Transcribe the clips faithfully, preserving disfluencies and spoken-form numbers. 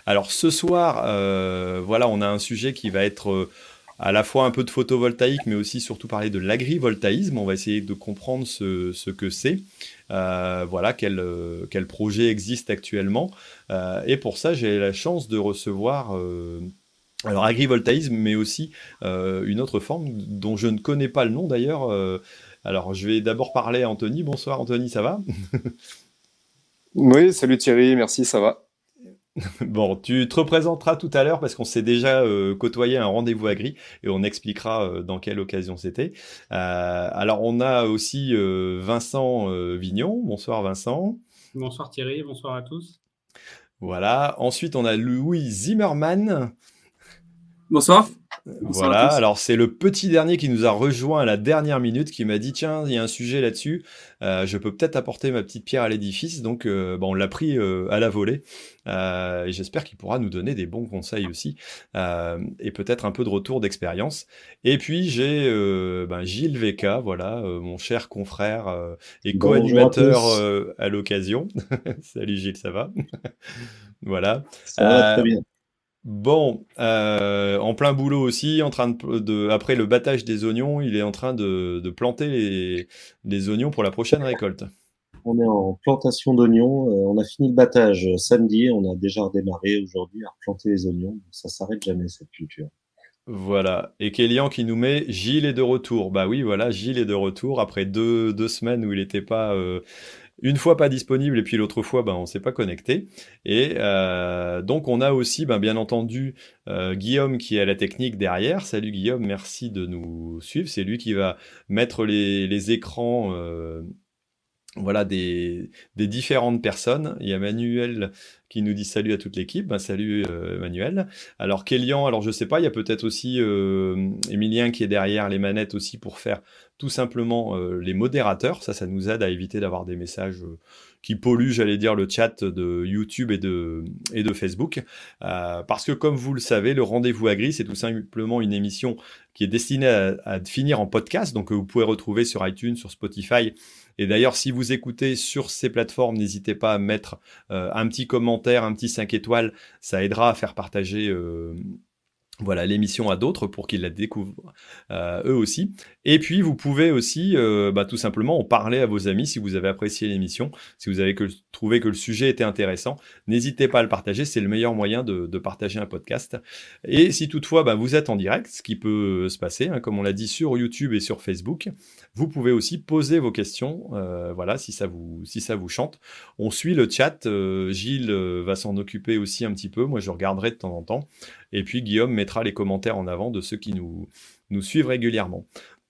Alors ce soir, euh, voilà, on a un sujet qui va être euh, à la fois un peu de photovoltaïque, mais aussi surtout parler de l'agrivoltaïsme. On va essayer de comprendre ce, ce que c'est, euh, voilà, quel, euh, quel projet existe actuellement. Euh, et pour ça, j'ai la chance de recevoir... euh, alors agrivoltaïsme, mais aussi euh, une autre forme dont je ne connais pas le nom d'ailleurs. Euh, alors je vais d'abord parler à Anthony. Bonsoir Anthony, ça va? Oui, salut Thierry, merci, ça va. Bon, tu te représenteras tout à l'heure parce qu'on s'est déjà euh, côtoyé à un rendez-vous agri et on expliquera euh, dans quelle occasion c'était. Euh, alors on a aussi euh, Vincent euh, Vignon. Bonsoir Vincent. Bonsoir Thierry, bonsoir à tous. Voilà. Ensuite on a Louis Zimmermann. Bonsoir. Bonsoir à Voilà, tous. alors c'est le petit dernier qui nous a rejoint à la dernière minute, qui m'a dit tiens, il y a un sujet là-dessus, euh, je peux peut-être apporter ma petite pierre à l'édifice, donc euh, bon, on l'a pris euh, à la volée, euh, et j'espère qu'il pourra nous donner des bons conseils aussi, euh, et peut-être un peu de retour d'expérience. Et puis j'ai euh, ben, Gilles V K, voilà, euh, mon cher confrère euh, et Bonjour à co-animateur tous. euh, à l'occasion. Salut Gilles, ça va? Voilà. Ça va très Euh, bien. Bon, euh, en plein boulot aussi, en train de, de- après le battage des oignons, il est en train de, de planter les, les oignons pour la prochaine récolte. On est en plantation d'oignons. Euh, on a fini le battage euh, samedi. On a déjà redémarré aujourd'hui à replanter les oignons. Donc, ça s'arrête jamais, cette culture. Voilà. Et Kélian qui nous met Gilles est de retour. Bah oui, voilà, Gilles est de retour après deux, deux semaines où il n'était pas, euh, une fois pas disponible et puis l'autre fois, ben, on s'est pas connecté. Et euh, donc on a aussi, ben, bien entendu, euh, Guillaume qui est à la technique derrière. Salut Guillaume, merci de nous suivre. C'est lui qui va mettre les, les écrans. euh, Voilà des, des différentes personnes. Il y a Manuel qui nous dit salut à toute l'équipe. Ben, salut euh, Manuel. Alors Kélian, alors je sais pas, il y a peut-être aussi euh, Emilien qui est derrière les manettes aussi pour faire tout simplement euh, les modérateurs. Ça, ça nous aide à éviter d'avoir des messages euh, qui polluent, j'allais dire, le chat de YouTube et de, et de Facebook. Euh, parce que comme vous le savez, le Rendez-vous Agri, c'est tout simplement une émission qui est destinée à, à finir en podcast, donc que vous pouvez retrouver sur iTunes, sur Spotify. Et d'ailleurs, si vous écoutez sur ces plateformes, n'hésitez pas à mettre euh, un petit commentaire, un petit cinq étoiles. Ça aidera à faire partager euh, voilà l'émission à d'autres pour qu'ils la découvrent euh, eux aussi. Et puis vous pouvez aussi euh, bah, tout simplement en parler à vos amis si vous avez apprécié l'émission, si vous avez que, trouvé que le sujet était intéressant. N'hésitez pas à le partager, c'est le meilleur moyen de, de partager un podcast. Et si toutefois bah, vous êtes en direct, ce qui peut se passer, hein, comme on l'a dit sur YouTube et sur Facebook, vous pouvez aussi poser vos questions, euh, voilà, si ça vous si ça vous chante. On suit le chat, euh, Gilles euh, va s'en occuper aussi un petit peu, moi je regarderai de temps en temps. Et puis Guillaume mettra les commentaires en avant de ceux qui nous, nous suivent régulièrement.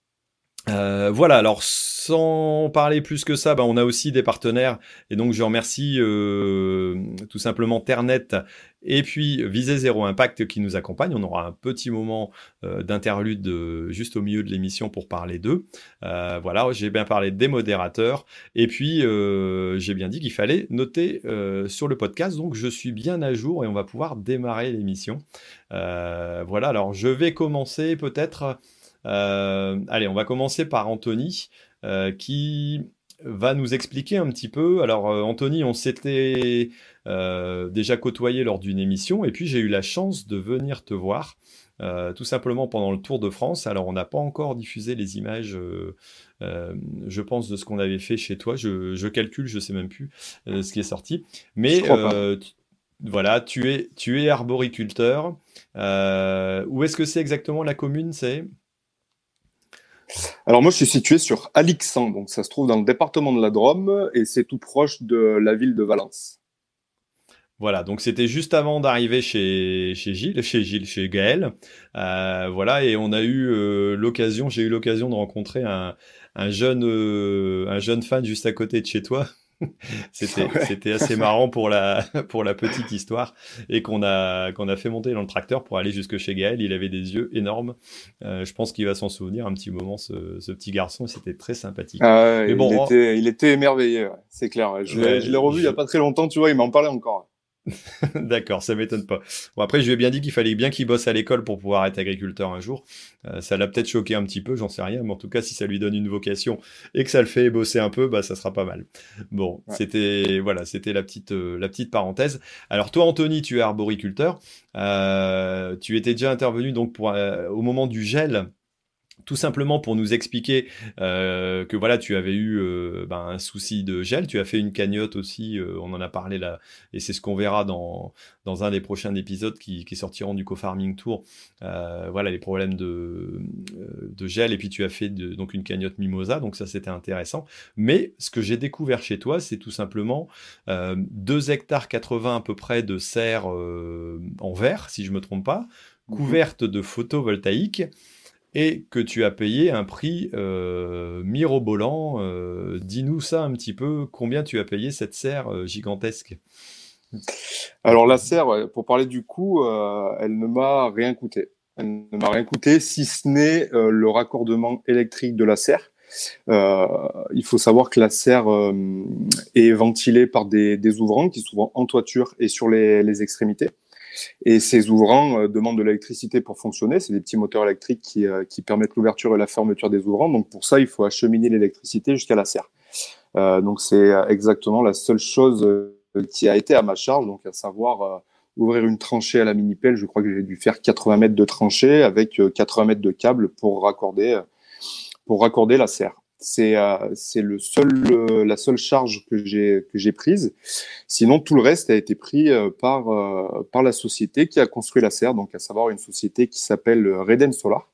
Euh, voilà, alors sans parler plus que ça, bah, on a aussi des partenaires et donc je remercie euh, tout simplement Ternet et puis Visée Zéro Impact qui nous accompagnent. On aura un petit moment euh, d'interlude euh, juste au milieu de l'émission pour parler d'eux. Euh, voilà, j'ai bien parlé des modérateurs et puis euh, j'ai bien dit qu'il fallait noter euh, sur le podcast, donc je suis bien à jour et on va pouvoir démarrer l'émission. Euh, voilà, alors je vais commencer peut-être... Euh, allez, on va commencer par Anthony, euh, qui va nous expliquer un petit peu. Alors, euh, Anthony, on s'était euh, déjà côtoyé lors d'une émission, et puis j'ai eu la chance de venir te voir, euh, tout simplement pendant le Tour de France. Alors, on n'a pas encore diffusé les images, euh, euh, je pense, de ce qu'on avait fait chez toi. Je, je calcule, je sais même plus euh, ce qui est sorti. Je Mais crois pas. euh, tu- voilà, tu es, tu es arboriculteur. Euh, où est-ce que c'est exactement la commune, c'est? Alors moi, je suis situé sur Alixan, donc ça se trouve dans le département de la Drôme et c'est tout proche de la ville de Valence. Voilà, donc c'était juste avant d'arriver chez, chez Gilles, chez Gilles, chez Gaël. Euh, voilà, et on a eu euh, l'occasion, j'ai eu l'occasion de rencontrer un, un jeune, euh, un jeune fan juste à côté de chez toi. C'était, Ouais. c'était assez marrant pour la, pour la petite histoire et qu'on a, qu'on a fait monter dans le tracteur pour aller jusque chez Gaël. Il avait des yeux énormes. Euh, je pense qu'il va s'en souvenir un petit moment, ce, ce petit garçon. C'était très sympathique. Ah ouais, Mais il bon, en- était, il était émerveillé, ouais, c'est clair. Ouais. Je l'ai, ouais, je l'ai revu il y a je, pas très longtemps, tu vois, il m'en parlait encore. D'accord, ça m'étonne pas. Bon, après, je lui ai bien dit qu'il fallait bien qu'il bosse à l'école pour pouvoir être agriculteur un jour. Euh, ça l'a peut-être choqué un petit peu, j'en sais rien, mais en tout cas, si ça lui donne une vocation et que ça le fait bosser un peu, bah, ça sera pas mal. Bon, Ouais. c'était voilà, c'était la petite euh, la petite parenthèse. Alors toi, Anthony, tu es arboriculteur. Euh, tu étais déjà intervenu donc pour euh, au moment du gel. Tout simplement pour nous expliquer euh, que voilà, tu avais eu euh, ben, un souci de gel, tu as fait une cagnotte aussi, euh, on en a parlé là, et c'est ce qu'on verra dans, dans un des prochains épisodes qui, qui sortiront du Co-Farming Tour. Euh, voilà, les problèmes de, euh, de gel, et puis tu as fait de, donc une cagnotte Mimosa, donc ça c'était intéressant. Mais ce que j'ai découvert chez toi, c'est tout simplement euh, deux hectares quatre-vingts à peu près de serres euh, en verre, si je me trompe pas, couvertes de photovoltaïques, et que tu as payé un prix euh, mirobolant. Euh, dis-nous ça un petit peu, combien tu as payé cette serre euh, gigantesque? Alors la serre, ouais, pour parler du coût, euh, elle ne m'a rien coûté. Elle ne m'a rien coûté, si ce n'est euh, le raccordement électrique de la serre. Euh, il faut savoir que la serre euh, est ventilée par des, des ouvrants qui sont souvent en toiture et sur les, les extrémités. Et ces ouvrants euh, demandent de l'électricité pour fonctionner. C'est des petits moteurs électriques qui, euh, qui permettent l'ouverture et la fermeture des ouvrants. Donc pour ça, il faut acheminer l'électricité jusqu'à la serre. Euh, donc c'est exactement la seule chose euh, qui a été à ma charge, donc à savoir euh, ouvrir une tranchée à la mini-pelle. Je crois que j'ai dû faire quatre-vingts mètres de tranchée avec euh, quatre-vingts mètres de câble pour raccorder, euh, pour raccorder la serre. C'est euh, c'est le seul euh, la seule charge que j'ai que j'ai prise. Sinon tout le reste a été pris euh, par euh, par la société qui a construit la serre, donc à savoir une société qui s'appelle Reden Solar,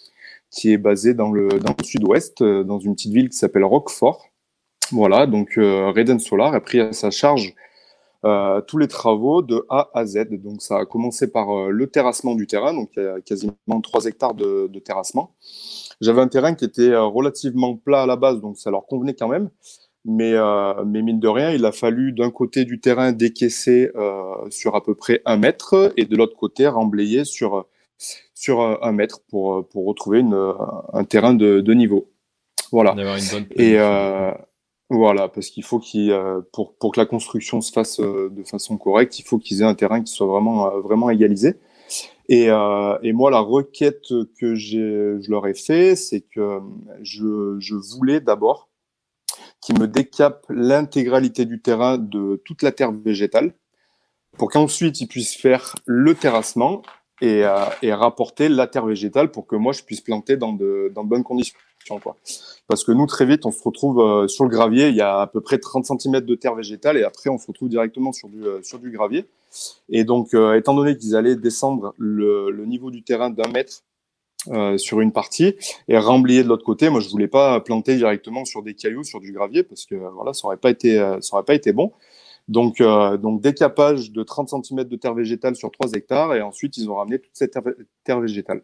qui est basée dans le dans le sud-ouest, euh, dans une petite ville qui s'appelle Roquefort. Voilà, donc euh, Reden Solar a pris à sa charge euh, tous les travaux de A à Z. Donc ça a commencé par euh, le terrassement du terrain, donc il y a quasiment trois hectares de, de terrassement. J'avais un terrain qui était euh, relativement plat à la base, donc ça leur convenait quand même. Mais, euh, mais mine de rien, il a fallu d'un côté du terrain décaisser euh, sur à peu près un mètre et de l'autre côté remblayer sur, sur un mètre pour, pour retrouver une, un terrain de, de niveau. Voilà. D'avoir une bonne Et euh, voilà, parce qu'il faut qu'il, euh, pour, pour que la construction se fasse euh, de façon correcte, il faut qu'ils aient un terrain qui soit vraiment, euh, vraiment égalisé. Et, euh, et moi, la requête que j'ai, je leur ai fait, c'est que je, je voulais d'abord qu'ils me décapent l'intégralité du terrain de toute la terre végétale pour qu'ensuite ils puissent faire le terrassement et, euh, et rapporter la terre végétale pour que moi, je puisse planter dans de, dans de bonnes conditions, quoi. Parce que nous, très vite, on se retrouve euh, sur le gravier, il y a à peu près trente centimètres de terre végétale et après, on se retrouve directement sur du, euh, sur du gravier. Et donc, euh, étant donné qu'ils allaient descendre le, le niveau du terrain d'un mètre euh, sur une partie et remblayer de l'autre côté, moi, je voulais pas planter directement sur des cailloux, sur du gravier, parce que voilà, ça aurait pas été, euh, ça aurait pas été bon. Donc, euh, donc décapage de trente centimètres de terre végétale sur trois hectares et ensuite, ils ont ramené toute cette terre, terre végétale.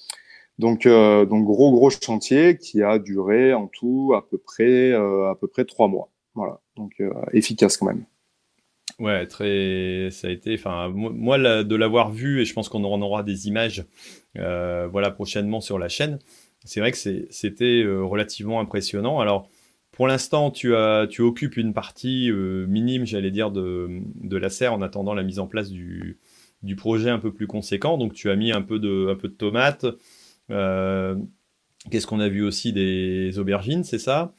Donc, euh, donc gros gros chantier qui a duré en tout à peu près euh, à peu près trois mois. Voilà, donc euh, efficace quand même. Ouais, très, ça a été, enfin, moi, la, de l'avoir vu, et je pense qu'on en aura des images, euh, voilà, prochainement sur la chaîne. C'est vrai que c'est, c'était euh, relativement impressionnant. Alors, pour l'instant, tu as, tu occupes une partie euh, minime, j'allais dire, de, de la serre en attendant la mise en place du, du projet un peu plus conséquent. Donc, tu as mis un peu de, un peu de tomates. Euh, qu'est-ce qu'on a vu aussi? Des aubergines, c'est ça?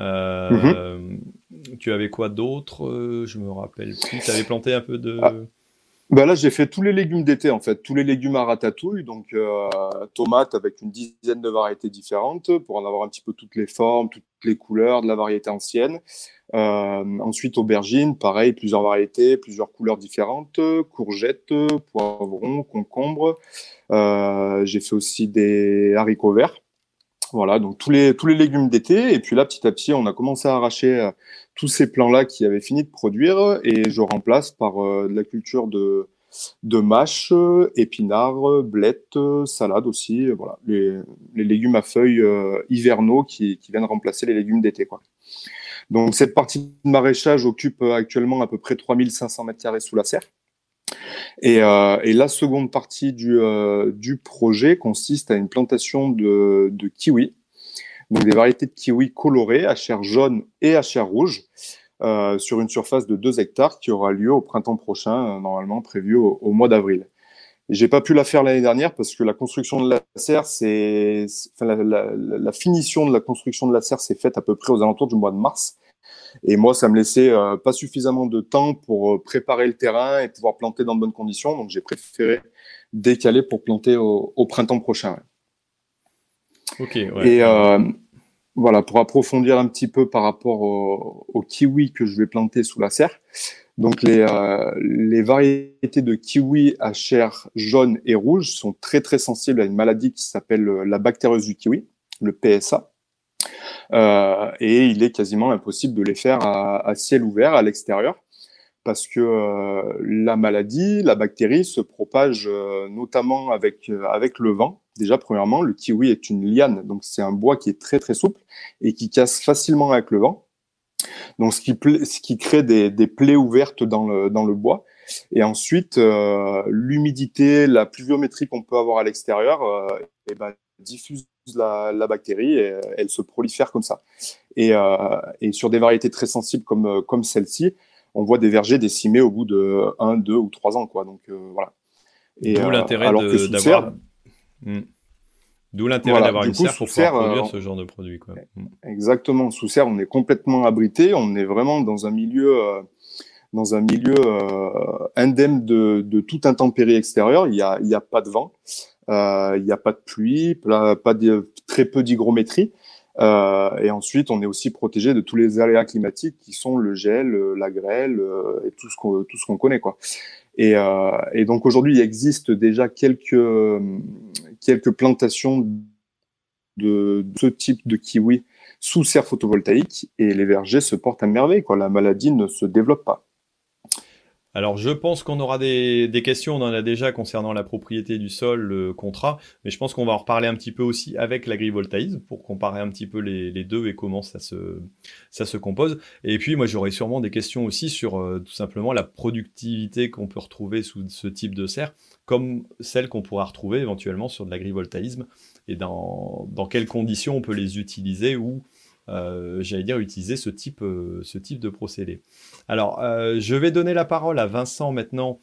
Euh, mmh. Tu avais quoi d'autre? euh, Je me rappelle plus. Tu avais planté un peu de... Ah. Bah là, j'ai fait tous les légumes d'été, en fait, tous les légumes à ratatouille, donc euh, tomates avec une dizaine de variétés différentes pour en avoir un petit peu toutes les formes, toutes les couleurs, de la variété ancienne. Euh, ensuite, aubergines, pareil, plusieurs variétés, plusieurs couleurs différentes, courgettes, poivrons, concombres. Euh, j'ai fait aussi des haricots verts. Voilà, donc tous les tous les légumes d'été. Et puis là, petit à petit, on a commencé à arracher euh, tous ces plants-là qui avaient fini de produire, et je remplace par euh, de la culture de de mâches, épinards, blettes, salades aussi. Voilà, les les légumes à feuilles euh, hivernaux qui qui viennent remplacer les légumes d'été, quoi. Donc cette partie de maraîchage occupe actuellement à peu près trois mille cinq cents mètres carrés sous la serre. Et, euh, et la seconde partie du, euh, du projet consiste à une plantation de, de kiwis, donc des variétés de kiwis colorées à chair jaune et à chair rouge. euh, sur une surface de deux hectares qui aura lieu au printemps prochain, euh, normalement prévu au, au mois d'avril. Et j'ai pas pu la faire l'année dernière parce que la construction de la serre, c'est, enfin, la, la, la finition de la construction de la serre s'est faite à peu près aux alentours du mois de mars. Et moi, ça me laissait euh, pas suffisamment de temps pour euh, préparer le terrain et pouvoir planter dans de bonnes conditions. Donc, j'ai préféré décaler pour planter au, au printemps prochain. Ouais. Ok, ouais. Et euh, voilà, pour approfondir un petit peu par rapport au, au kiwi que je vais planter sous la serre. Donc, les, euh, les variétés de kiwi à chair jaune et rouge sont très, très sensibles à une maladie qui s'appelle la bactériose du kiwi, le P S A. Euh, et il est quasiment impossible de les faire à, à ciel ouvert, à l'extérieur, parce que euh, la maladie, la bactérie se propage euh, notamment avec, euh, avec le vent. Déjà, premièrement, le kiwi est une liane, donc c'est un bois qui est très, très souple et qui casse facilement avec le vent. Donc, ce qui, pla- ce qui crée des, des plaies ouvertes dans le, dans le bois. Et ensuite, euh, l'humidité, la pluviométrie qu'on peut avoir à l'extérieur, euh, et ben, diffuse la, la bactérie et elle se prolifère comme ça. Et, euh, et sur des variétés très sensibles comme, comme celle-ci, on voit des vergers décimés au bout de un, deux ou trois ans, quoi. Donc, euh, voilà. Et D'où euh, l'intérêt alors de, que sous d'avoir... serre... Mmh. D'où l'intérêt voilà, d'avoir une coup, serre pour pouvoir serre, produire euh, ce genre de produit, quoi. Exactement. Sous serre, on est complètement abrité. On est vraiment dans un milieu, euh, dans un milieu euh, indemne de, de toute intempérie extérieure. Il y a, il y a pas de vent, euh, il y a pas de pluie, pas, pas de, très peu d'hygrométrie. Euh, et ensuite, on est aussi protégé de tous les aléas climatiques qui sont le gel, la grêle euh, et tout ce qu'on, tout ce qu'on connaît, quoi. Et, euh, et donc aujourd'hui, il existe déjà quelques quelques plantations de, de ce type de kiwi sous serre photovoltaïque et les vergers se portent à merveille, quoi. La maladie ne se développe pas. Alors, je pense qu'on aura des, des questions, on en a déjà concernant la propriété du sol, le contrat, mais je pense qu'on va en reparler un petit peu aussi avec l'agrivoltaïsme pour comparer un petit peu les, les deux et comment ça se, ça se compose. Et puis, moi, j'aurai sûrement des questions aussi sur euh, tout simplement la productivité qu'on peut retrouver sous ce type de serre, comme celle qu'on pourra retrouver éventuellement sur de l'agrivoltaïsme et dans, dans quelles conditions on peut les utiliser ou Euh, j'allais dire utiliser ce type, euh, ce type de procédé. Alors, euh, je vais donner la parole à Vincent maintenant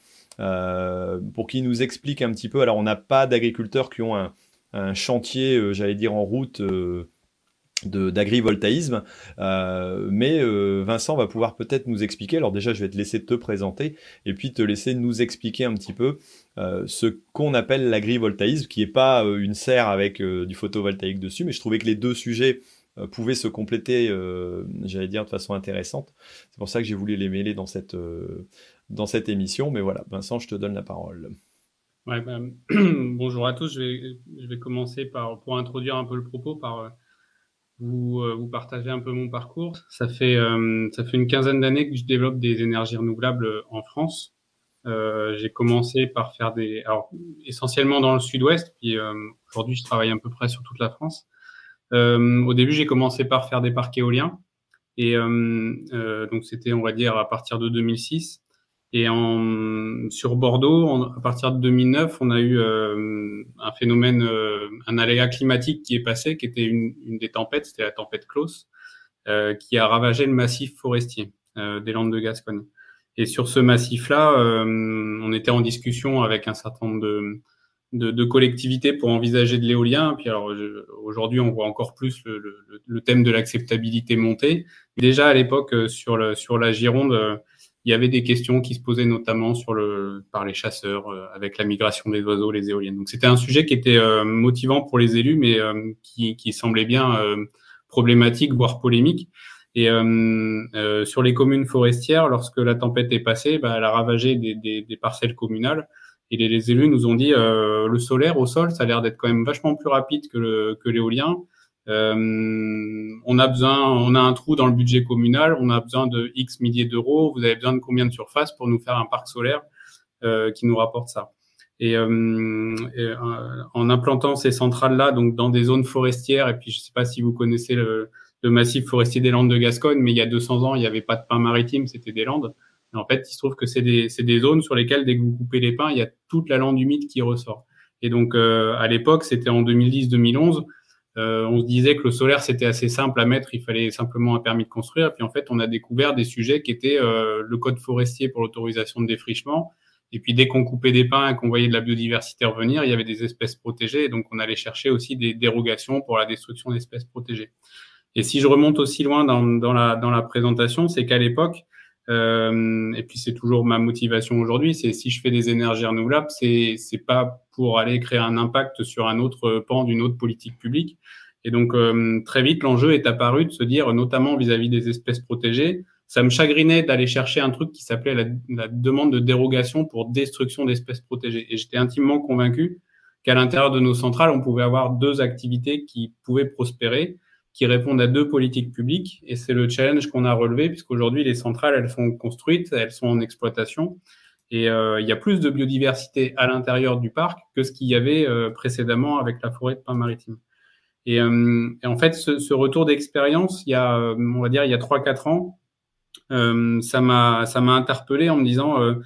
euh, pour qu'il nous explique un petit peu. Alors, on n'a pas d'agriculteurs qui ont un, un chantier, euh, j'allais dire en route euh, de, d'agrivoltaïsme, euh, mais euh, Vincent va pouvoir peut-être nous expliquer. Alors déjà, je vais te laisser te présenter et puis te laisser nous expliquer un petit peu euh, ce qu'on appelle l'agrivoltaïsme, qui n'est pas euh, une serre avec euh, du photovoltaïque dessus, mais je trouvais que les deux sujets pouvaient se compléter, euh, j'allais dire, de façon intéressante. C'est pour ça que j'ai voulu les mêler dans cette, euh, dans cette émission. Mais voilà, Vincent, je te donne la parole. Ouais, bah, bonjour à tous. Je vais, je vais commencer par, pour introduire un peu le propos, par euh, vous, euh, vous partager un peu mon parcours. Ça fait, euh, ça fait une quinzaine d'années que je développe des énergies renouvelables en France. Euh, j'ai commencé par faire des... Alors, essentiellement dans le sud-ouest, puis euh, aujourd'hui, je travaille à peu près sur toute la France. Euh, au début, j'ai commencé par faire des parcs éoliens et euh, euh, donc c'était, on va dire, à partir de deux mille six. Et en, sur Bordeaux, en, à partir de deux mille neuf, on a eu euh, un phénomène, euh, un aléa climatique qui est passé, qui était une, une des tempêtes, c'était la tempête Klaus, euh, qui a ravagé le massif forestier euh, des Landes de Gascogne. Et sur ce massif-là, euh, on était en discussion avec un certain nombre de De, de collectivités pour envisager de l'éolien. Puis alors je, aujourd'hui, on voit encore plus le, le, le thème de l'acceptabilité monter. Déjà à l'époque, sur, le, sur la Gironde, euh, il y avait des questions qui se posaient notamment sur le, par les chasseurs, euh, avec la migration des oiseaux, les éoliennes. Donc c'était un sujet qui était euh, motivant pour les élus, mais euh, qui, qui semblait bien euh, problématique, voire polémique. Et euh, euh, sur les communes forestières, lorsque la tempête est passée, bah, elle a ravagé des, des, des parcelles communales. Et les, les élus nous ont dit euh, le solaire au sol, ça a l'air d'être quand même vachement plus rapide que, le, que l'éolien. Euh, on a besoin, on a un trou dans le budget communal, on a besoin de X milliers d'euros. Vous avez besoin de combien de surface pour nous faire un parc solaire euh, qui nous rapporte ça? Et, euh, et euh, en implantant ces centrales-là, donc dans des zones forestières, et puis je sais pas si vous connaissez le, le massif forestier des Landes de Gascogne, mais il y a deux cents ans, il n'y avait pas de pins maritimes, c'était des landes. En fait, il se trouve que c'est des, c'est des zones sur lesquelles, dès que vous coupez les pins, il y a toute la lande humide qui ressort. Et donc, euh, à l'époque, c'était en deux mille dix deux mille onze, Euh, on se disait que le solaire, c'était assez simple à mettre, il fallait simplement un permis de construire. Et puis en fait, on a découvert des sujets qui étaient euh, le code forestier pour l'autorisation de défrichement. Et puis dès qu'on coupait des pins et qu'on voyait de la biodiversité revenir, il y avait des espèces protégées. Et donc on allait chercher aussi des dérogations pour la destruction d'espèces protégées. Et si je remonte aussi loin dans, dans, la, dans la présentation, c'est qu'à l'époque, euh, et puis c'est toujours ma motivation aujourd'hui, c'est si je fais des énergies renouvelables, c'est c'est pas pour aller créer un impact sur un autre pan d'une autre politique publique. Et donc euh, très vite, l'enjeu est apparu de se dire, notamment vis-à-vis des espèces protégées, ça me chagrinait d'aller chercher un truc qui s'appelait la, la demande de dérogation pour destruction d'espèces protégées. Et j'étais intimement convaincu qu'à l'intérieur de nos centrales, on pouvait avoir deux activités qui pouvaient prospérer, qui répondent à deux politiques publiques. Et c'est le challenge qu'on a relevé, puisqu'aujourd'hui, les centrales, elles sont construites, elles sont en exploitation. Et euh, il y a plus de biodiversité à l'intérieur du parc que ce qu'il y avait euh, précédemment avec la forêt de pins maritimes. Et, euh, et en fait, ce, ce retour d'expérience, il y a, on va dire, il y a trois quatre ans, euh, ça m'a ça m'a interpellé en me disant euh,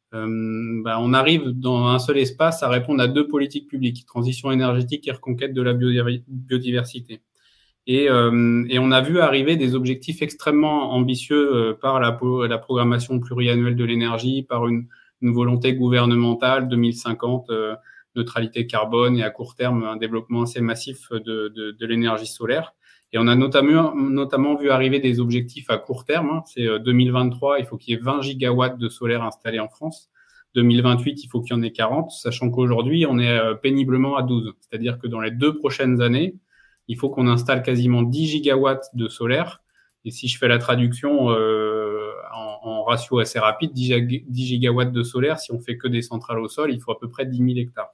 euh, bah, on arrive dans un seul espace à répondre à deux politiques publiques, transition énergétique et reconquête de la biodiversité. Et, euh, et on a vu arriver des objectifs extrêmement ambitieux euh, par la, la programmation pluriannuelle de l'énergie, par une, une volonté gouvernementale deux mille cinquante, euh, neutralité carbone et à court terme un développement assez massif de, de, de l'énergie solaire. Et on a notamment, notamment vu arriver des objectifs à court terme. Hein. C'est deux mille vingt-trois, il faut qu'il y ait vingt gigawatts de solaire installés en France. deux mille vingt-huit, il faut qu'il y en ait quarante, sachant qu'aujourd'hui, on est péniblement à douze. C'est-à-dire que dans les deux prochaines années, il faut qu'on installe quasiment dix gigawatts de solaire. Et si je fais la traduction euh, en, en ratio assez rapide, dix gigawatts de solaire, si on fait que des centrales au sol, il faut à peu près dix mille hectares.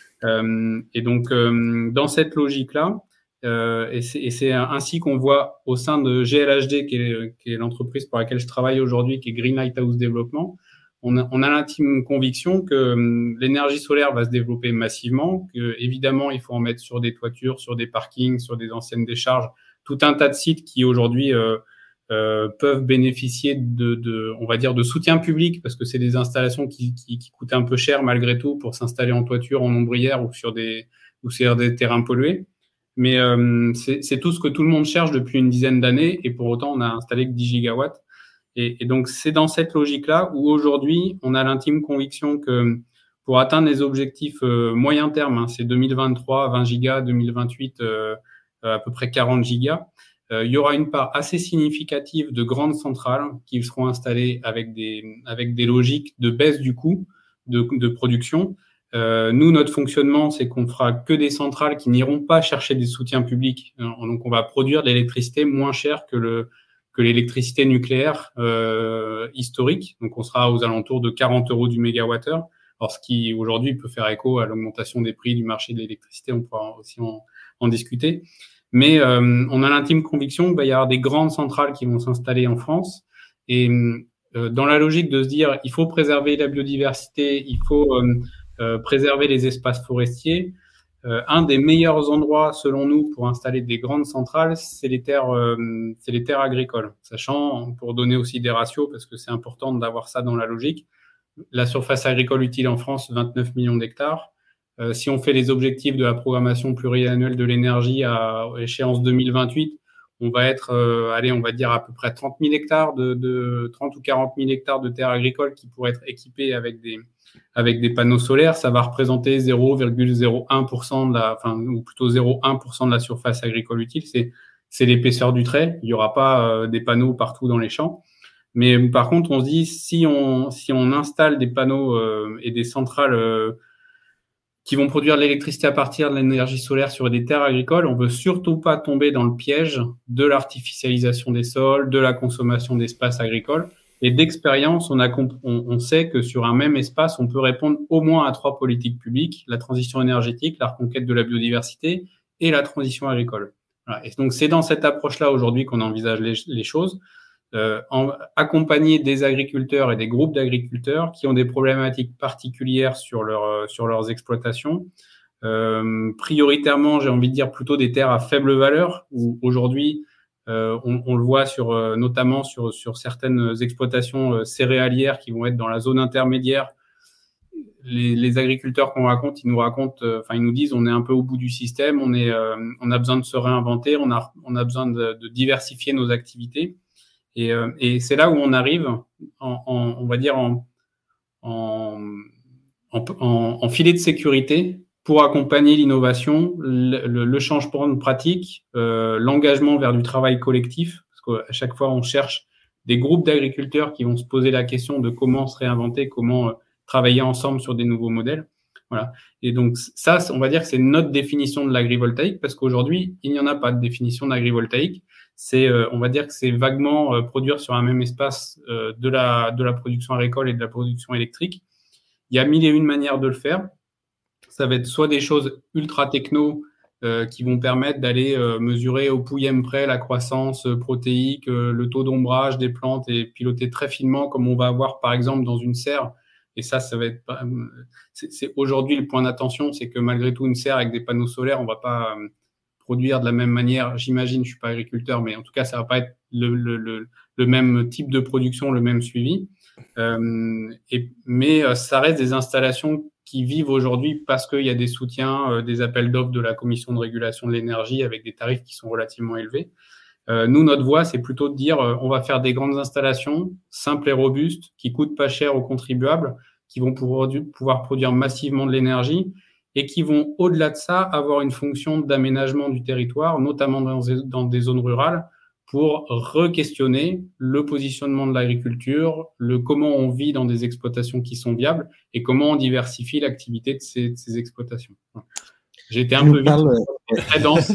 Euh, et donc, euh, dans cette logique-là, euh, et c'est, et c'est ainsi qu'on voit au sein de G L H D, qui est, qui est l'entreprise pour laquelle je travaille aujourd'hui, qui est Green Lighthouse Development, on a, on a l'intime conviction que euh, l'énergie solaire va se développer massivement, que évidemment il faut en mettre sur des toitures, sur des parkings, sur des anciennes décharges, tout un tas de sites qui aujourd'hui euh, euh, peuvent bénéficier de, de, on va dire, de soutien public, parce que c'est des installations qui, qui, qui coûtent un peu cher malgré tout pour s'installer en toiture, en ombrière ou sur des, ou sur des terrains pollués. Mais euh, c'est, c'est tout ce que tout le monde cherche depuis une dizaine d'années, et pour autant on a installé que dix gigawatts. Et, et donc, c'est dans cette logique-là où aujourd'hui, on a l'intime conviction que pour atteindre les objectifs euh, moyen terme, hein, c'est deux mille vingt-trois, vingt gigas, deux mille vingt-huit, euh, à peu près quarante gigas, euh, il y aura une part assez significative de grandes centrales qui seront installées avec des, avec des logiques de baisse du coût de, de production. Euh, nous, notre fonctionnement, c'est qu'on fera que des centrales qui n'iront pas chercher des soutiens publics. Donc, on va produire de l'électricité moins chère que le que l'électricité nucléaire euh, historique. Donc, on sera aux alentours de quarante euros du mégawattheure. Alors, ce qui, aujourd'hui, peut faire écho à l'augmentation des prix du marché de l'électricité. On pourra aussi en, en discuter. Mais euh, on a l'intime conviction qu'il va y avoir des grandes centrales qui vont s'installer en France. Et euh, dans la logique de se dire, il faut préserver la biodiversité, il faut euh, euh, préserver les espaces forestiers, Euh, un des meilleurs endroits, selon nous, pour installer des grandes centrales, c'est les terres, euh, c'est les terres agricoles. Sachant, pour donner aussi des ratios, parce que c'est important d'avoir ça dans la logique, la surface agricole utile en France, vingt-neuf millions d'hectares. Euh, si on fait les objectifs de la programmation pluriannuelle de l'énergie à échéance deux mille vingt-huit, on va être, euh, allez, on va dire à peu près trente mille hectares de, de trente ou quarante mille hectares de terres agricoles qui pourraient être équipées avec des avec des panneaux solaires. Ça va représenter zéro virgule zéro un pour cent de la, enfin, ou plutôt zéro virgule un pour cent de la surface agricole utile. C'est, c'est l'épaisseur du trait. Il n'y aura pas euh, des panneaux partout dans les champs. Mais par contre, on se dit, si on, si on installe des panneaux euh, et des centrales euh, qui vont produire de l'électricité à partir de l'énergie solaire sur des terres agricoles, on veut surtout pas tomber dans le piège de l'artificialisation des sols, de la consommation d'espaces agricoles. Et d'expérience, on, a comp- on, on sait que sur un même espace, on peut répondre au moins à trois politiques publiques, la transition énergétique, la reconquête de la biodiversité et la transition agricole. Voilà. Et donc, c'est dans cette approche-là aujourd'hui qu'on envisage les, les choses, euh, en, accompagner des agriculteurs et des groupes d'agriculteurs qui ont des problématiques particulières sur, leur, sur leurs exploitations. Euh, prioritairement, j'ai envie de dire plutôt des terres à faible valeur, où aujourd'hui, Euh, on, on le voit sur, euh, notamment sur, sur certaines exploitations euh, céréalières qui vont être dans la zone intermédiaire. les, les agriculteurs qu'on raconte, ils nous racontent, enfin, euh, ils nous disent, on est un peu au bout du système, on est, euh, on a besoin de se réinventer, on a, on a besoin de, de diversifier nos activités. Et, euh, et c'est là où on arrive, en, en, on va dire, en, en, en, en, en filet de sécurité pour accompagner l'innovation, le, le, le changement de pratique, euh, l'engagement vers du travail collectif, parce qu'à chaque fois, on cherche des groupes d'agriculteurs qui vont se poser la question de comment se réinventer, comment euh, travailler ensemble sur des nouveaux modèles. Voilà. Et donc, ça, on va dire que c'est notre définition de l'agrivoltaïque, parce qu'aujourd'hui, il n'y en a pas de définition d'agrivoltaïque. C'est, euh, on va dire que c'est vaguement euh, produire sur un même espace euh, de la, de la production agricole et de la production électrique. Il y a mille et une manières de le faire. Ça va être soit des choses ultra techno euh, qui vont permettre d'aller euh, mesurer au pouillème près la croissance euh, protéique, euh, le taux d'ombrage des plantes et piloter très finement comme on va avoir par exemple dans une serre. Et ça, ça va être, c'est, c'est aujourd'hui le point d'attention, c'est que malgré tout une serre avec des panneaux solaires, on va pas euh, produire de la même manière. J'imagine, je suis pas agriculteur, mais en tout cas, ça va pas être le, le, le, le même type de production, le même suivi. Euh, et, mais euh, ça reste des installations qui vivent aujourd'hui parce qu'il y a des soutiens, euh, des appels d'offres de la Commission de régulation de l'énergie avec des tarifs qui sont relativement élevés. Euh, nous, notre voie, c'est plutôt de dire euh, on va faire des grandes installations simples et robustes qui coûtent pas cher aux contribuables, qui vont pouvoir, pouvoir produire massivement de l'énergie et qui vont, au-delà de ça, avoir une fonction d'aménagement du territoire, notamment dans, dans des zones rurales, pour re-questionner le positionnement de l'agriculture, le comment on vit dans des exploitations qui sont viables et comment on diversifie l'activité de ces, de ces exploitations. J'ai été un peu vite, très dense.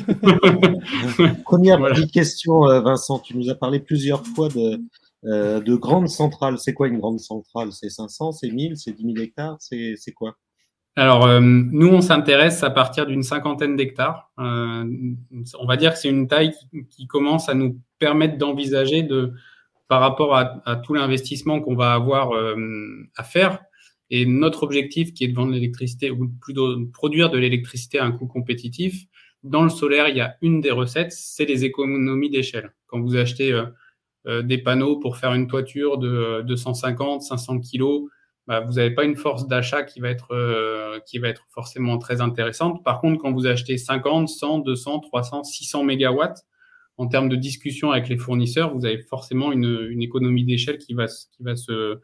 Première voilà. Petite question, Vincent. Tu nous as parlé plusieurs fois de, euh, de grandes centrales. C'est quoi une grande centrale? C'est cinq cents, c'est mille, c'est dix mille hectares? C'est, c'est quoi? Alors, euh, nous, on s'intéresse à partir d'une cinquantaine d'hectares. Euh, on va dire que c'est une taille qui, qui commence à nous permettre d'envisager, de, par rapport à, à tout l'investissement qu'on va avoir euh, à faire, et notre objectif qui est de vendre l'électricité, ou plutôt de produire de l'électricité à un coût compétitif. Dans le solaire, il y a une des recettes, c'est les économies d'échelle. Quand vous achetez euh, euh, des panneaux pour faire une toiture de deux cent cinquante, cinq cents kilos, bah, vous n'avez pas une force d'achat qui va être euh, qui va être forcément très intéressante. Par contre, quand vous achetez cinquante, cent, deux cents, trois cents, six cents mégawatts, en termes de discussion avec les fournisseurs, vous avez forcément une, une économie d'échelle qui va qui va se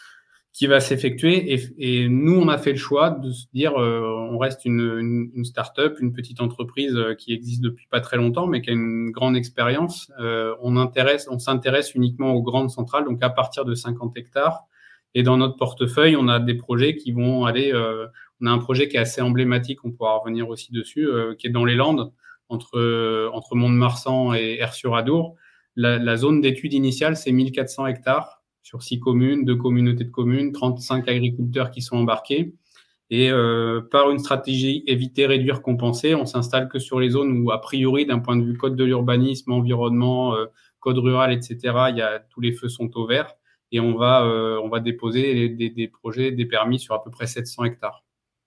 qui va s'effectuer. Et, et nous, on a fait le choix de se dire, euh, on reste une, une, une start-up, une petite entreprise euh, qui existe depuis pas très longtemps, mais qui a une grande expérience. Euh, on intéresse, on s'intéresse uniquement aux grandes centrales, donc à partir de cinquante hectares. Et dans notre portefeuille, on a des projets qui vont aller. Euh, on a un projet qui est assez emblématique, on pourra revenir aussi dessus, euh, qui est dans les Landes, entre euh, entre Mont-de-Marsan et Aire-sur-Adour. La, la zone d'étude initiale, c'est mille quatre cents hectares sur six communes, deux communautés de communes, trente-cinq agriculteurs qui sont embarqués. Et euh, par une stratégie éviter, réduire, compenser, on s'installe que sur les zones où, a priori, d'un point de vue code de l'urbanisme, environnement, euh, code rural, et cetera, il y a, tous les feux sont au vert. Et on va, euh, on va déposer des, des projets, des permis sur à peu près sept cents hectares.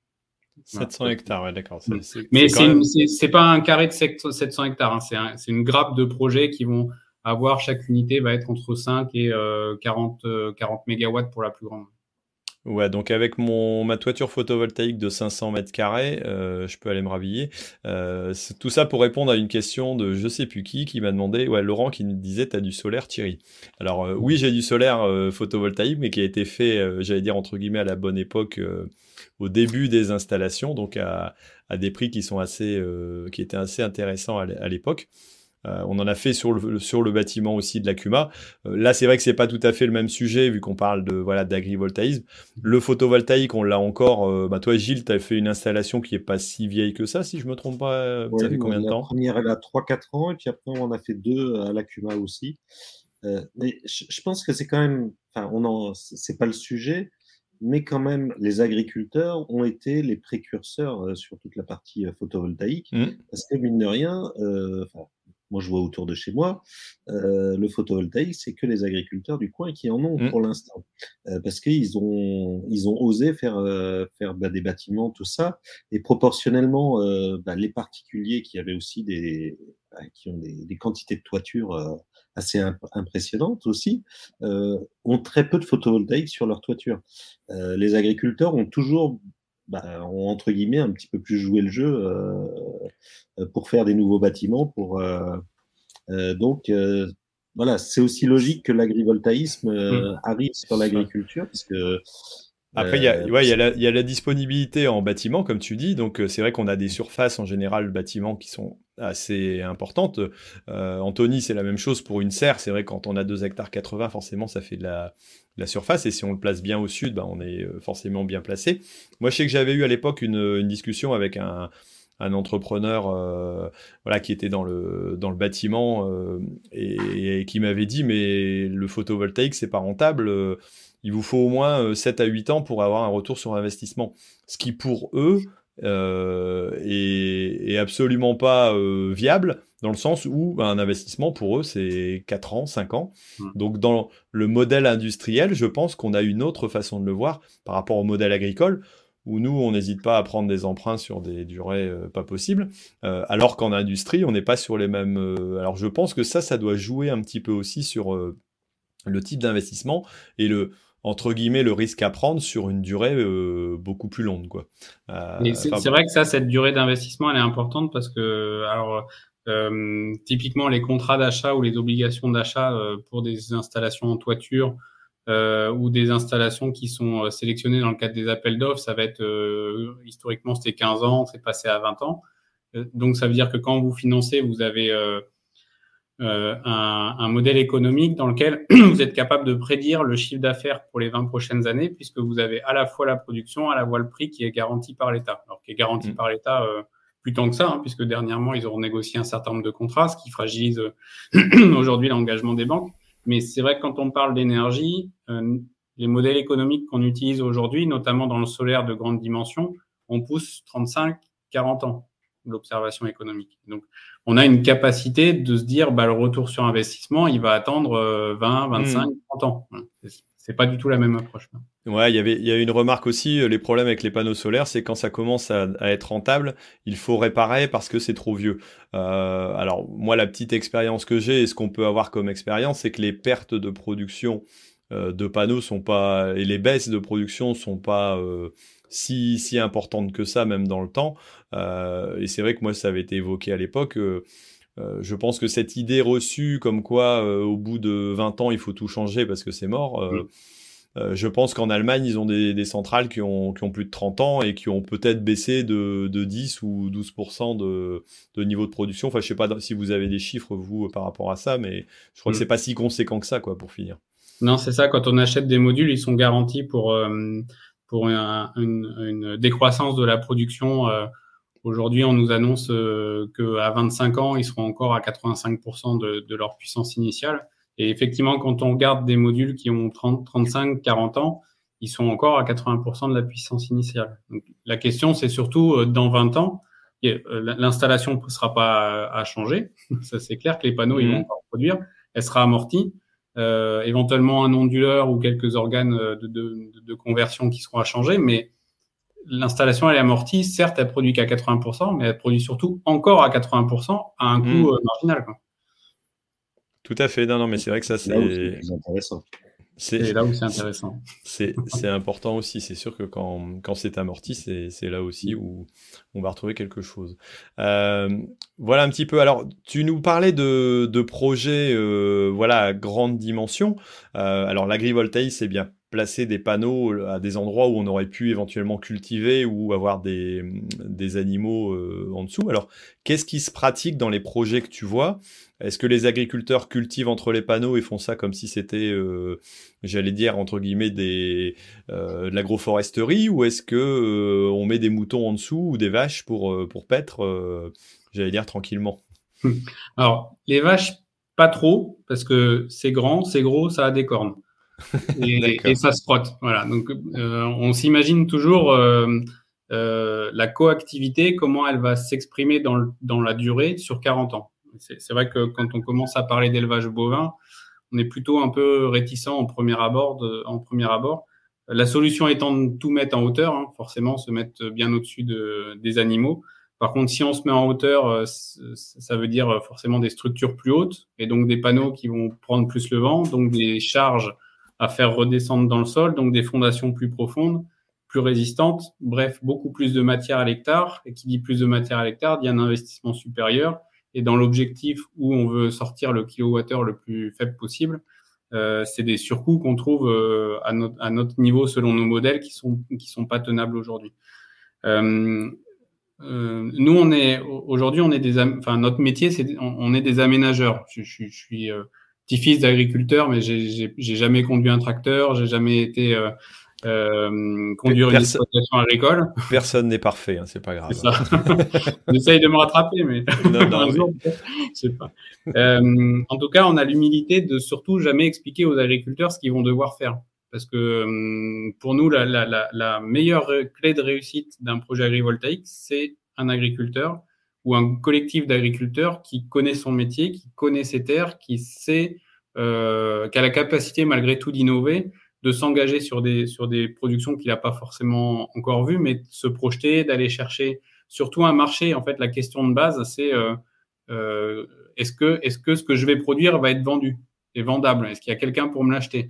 sept cents hectares, ouais, d'accord. C'est, c'est, Mais c'est, c'est, même... c'est, c'est pas un carré de sept cents hectares, hein. C'est, un, c'est une grappe de projets qui vont avoir, chaque unité va être entre cinq et euh, quarante, quarante mégawatts pour la plus grande. Ouais, donc avec mon ma toiture photovoltaïque de cinq cents mètres carrés, euh, je peux aller me rhabiller. Euh, c'est tout ça pour répondre à une question de je sais plus qui qui m'a demandé, ouais, Laurent qui nous disait t'as du solaire, Thierry. Alors euh, oui, j'ai du solaire euh, photovoltaïque, mais qui a été fait, euh, j'allais dire entre guillemets à la bonne époque, euh, au début des installations, donc à, à des prix qui sont assez, euh, qui étaient assez intéressants à l'époque. Euh, on en a fait sur le, sur le bâtiment aussi de la C U M A. Euh, là, c'est vrai que c'est pas tout à fait le même sujet vu qu'on parle de voilà d'agrivoltaïsme. Le photovoltaïque, on l'a encore. Euh, bah toi, Gilles, tu as fait une installation qui est pas si vieille que ça, si je me trompe pas. Ouais, ça fait combien de temps? La première, elle a trois quatre ans, et puis après, on en a fait deux à la C U M A aussi. Euh, mais je, je pense que c'est quand même. Enfin, on en, c'est pas le sujet. Mais quand même, les agriculteurs ont été les précurseurs euh, sur toute la partie euh, photovoltaïque, mmh. parce que mine de rien, euh, moi je vois autour de chez moi, euh, le photovoltaïque, c'est que les agriculteurs du coin qui en ont mmh. pour l'instant, euh, parce qu'ils ont ils ont osé faire euh, faire bah, des bâtiments, tout ça, et proportionnellement, euh, bah, les particuliers qui avaient aussi des bah, qui ont des, des quantités de toitures euh, assez imp- impressionnantes aussi, euh, ont très peu de photovoltaïque sur leur toiture. Euh, les agriculteurs ont toujours, bah, ont, entre guillemets, un petit peu plus joué le jeu euh, pour faire des nouveaux bâtiments. Pour, euh, euh, donc, euh, voilà, c'est aussi logique que l'agrivoltaïsme euh, Mmh. arrive sur l'agriculture, parce que Après, il y a, euh, ouais, il y a la, il y a la disponibilité en bâtiment, comme tu dis. Donc, euh, c'est vrai qu'on a des surfaces en général bâtiments qui sont assez importantes. Euh, Anthony, c'est la même chose pour une serre. C'est vrai que quand on a deux hectares quatre-vingts, forcément, ça fait de la, de la surface. Et si on le place bien au sud, bah, on est euh, forcément bien placé. Moi, je sais que j'avais eu à l'époque une, une discussion avec un, un entrepreneur euh, voilà, qui était dans le, dans le bâtiment euh, et, et qui m'avait dit, mais le photovoltaïque, c'est pas rentable. euh, Il vous faut au moins euh, sept à huit ans pour avoir un retour sur investissement. Ce qui, pour eux, euh, est, est absolument pas euh, viable, dans le sens où bah, un investissement, pour eux, c'est quatre ans, cinq ans. Mmh. Donc, dans le modèle industriel, je pense qu'on a une autre façon de le voir par rapport au modèle agricole, où nous, on n'hésite pas à prendre des emprunts sur des durées euh, pas possibles, euh, alors qu'en industrie, on n'est pas sur les mêmes... euh, Alors, je pense que ça, ça doit jouer un petit peu aussi sur euh, le type d'investissement et le entre guillemets le risque à prendre sur une durée euh, beaucoup plus longue quoi. Mais Euh, c'est enfin, c'est vrai que ça, cette durée d'investissement, elle est importante parce que, alors, euh, typiquement, les contrats d'achat ou les obligations d'achat euh, pour des installations en toiture euh, ou des installations qui sont euh, sélectionnées dans le cadre des appels d'offres, ça va être, euh, historiquement, c'était quinze ans, c'est passé à vingt ans. Euh, donc, ça veut dire que quand vous financez, vous avez euh, euh, un, un modèle économique dans lequel vous êtes capable de prédire le chiffre d'affaires pour les vingt prochaines années, puisque vous avez à la fois la production, à la fois le prix qui est garanti par l'État. Alors, qui est garanti mm, par l'État euh, plus tant que ça, hein, puisque dernièrement, ils ont négocié un certain nombre de contrats, ce qui fragilise euh, aujourd'hui l'engagement des banques. Mais c'est vrai que quand on parle d'énergie, euh, les modèles économiques qu'on utilise aujourd'hui, notamment dans le solaire de grande dimension, on pousse trente-cinq, quarante ans l'observation économique. Donc, on a une capacité de se dire, bah, le retour sur investissement, il va attendre euh, vingt, vingt-cinq, mm. trente ans. C'est, c'est pas du tout la même approche. Ouais, il y avait, il y a une remarque aussi, euh, les problèmes avec les panneaux solaires, c'est quand ça commence à, à être rentable, il faut réparer parce que c'est trop vieux. Euh, alors, moi, la petite expérience que j'ai et ce qu'on peut avoir comme expérience, c'est que les pertes de production euh, de panneaux sont pas, et les baisses de production sont pas euh, si, si importantes que ça, même dans le temps. Euh, et c'est vrai que moi, ça avait été évoqué à l'époque. Euh, euh, je pense que cette idée reçue comme quoi, euh, au bout de vingt ans, il faut tout changer parce que c'est mort. Euh, Mm. Euh, je pense qu'en Allemagne, ils ont des, des centrales qui ont, qui ont plus de trente ans et qui ont peut-être baissé de, de dix ou douze pour cent de, de niveau de production. Enfin, je sais pas si vous avez des chiffres, vous, par rapport à ça, mais je crois que Mm. c'est pas si conséquent que ça, quoi, pour finir. Non, c'est ça. Quand on achète des modules, ils sont garantis pour, euh, pour un- une, une décroissance de la production. Euh, aujourd'hui, on nous annonce euh, qu'à vingt-cinq ans, ils seront encore à quatre-vingt-cinq pour cent de, de leur puissance initiale. Et effectivement, quand on regarde des modules qui ont trente, trente-cinq, quarante ans, ils sont encore à quatre-vingts pour cent de la puissance initiale. Donc, la question, c'est surtout euh, dans vingt ans, et, euh, l'installation ne sera pas à, à changer. Ça, c'est clair que les panneaux, ils vont Mmh. encore produire. Elle sera amortie. Euh, éventuellement un onduleur ou quelques organes de, de, de conversion qui seront à changer, mais l'installation elle est amortie. Certes, elle produit qu'à quatre-vingts pour cent, mais elle produit surtout encore à quatre-vingts pour cent à un coût Mmh. euh, marginal, quoi. Tout à fait. Non, non, mais c'est vrai que ça, c'est là où c'est le c'est, plus intéressant. C'est c'est, là où c'est intéressant. c'est, c'est important aussi. C'est sûr que quand, quand c'est amorti, c'est, c'est là aussi où on va retrouver quelque chose. Euh, voilà un petit peu. Alors, tu nous parlais de, de projets, euh, voilà, à grande dimension. Euh, alors, l'agrivoltaïsme, c'est bien placer des panneaux à des endroits où on aurait pu éventuellement cultiver ou avoir des, des animaux euh, en dessous. Alors, qu'est-ce qui se pratique dans les projets que tu vois? Est-ce que les agriculteurs cultivent entre les panneaux et font ça comme si c'était, euh, j'allais dire, entre guillemets, des, euh, de l'agroforesterie, ou est-ce que euh, on met des moutons en dessous ou des vaches pour, euh, pour paître, euh, j'allais dire, tranquillement? Alors, les vaches, pas trop, parce que c'est grand, c'est gros, ça a des cornes. Et, D'accord. et ça se frotte. Voilà. Donc, euh, on s'imagine toujours euh, euh, la coactivité, comment elle va s'exprimer dans, le, dans la durée sur quarante ans. C'est, c'est vrai que quand on commence à parler d'élevage bovin, on est plutôt un peu réticent en premier abord. De, en premier abord. La solution étant de tout mettre en hauteur, hein, forcément, se mettre bien au-dessus de, des animaux. Par contre, si on se met en hauteur, euh, ça veut dire forcément des structures plus hautes et donc des panneaux qui vont prendre plus le vent, donc des charges à faire redescendre dans le sol, donc des fondations plus profondes, plus résistantes. Bref, beaucoup plus de matière à l'hectare. Et qui dit plus de matière à l'hectare dit un investissement supérieur. Et dans l'objectif où on veut sortir le kilowattheure le plus faible possible, euh, c'est des surcoûts qu'on trouve euh, à, notre, à notre niveau selon nos modèles qui sont qui sont pas tenables aujourd'hui. Euh, euh, nous, on est aujourd'hui, on est des, enfin notre métier, c'est on, on est des aménageurs. Je, je, je suis euh, petit-fils d'agriculteur, mais j'ai, j'ai, j'ai jamais conduit un tracteur, j'ai jamais été euh, euh, conduire Perso- une exploitation agricole. Personne n'est parfait, hein, c'est pas grave. C'est ça. J'essaye de me rattraper, mais non, non, un jour, je sais pas. Euh, en tout cas, on a l'humilité de surtout jamais expliquer aux agriculteurs ce qu'ils vont devoir faire. Parce que pour nous, la, la, la, la meilleure clé de réussite d'un projet agrivoltaïque, c'est un agriculteur ou un collectif d'agriculteurs qui connaît son métier, qui connaît ses terres, qui sait, euh, qui a la capacité malgré tout d'innover, de s'engager sur des sur des productions qu'il n'a pas forcément encore vues, mais de se projeter, d'aller chercher surtout un marché. En fait, la question de base, c'est euh, euh, est-ce que est-ce que ce que je vais produire va être vendu et vendable? Est-ce qu'il y a quelqu'un pour me l'acheter?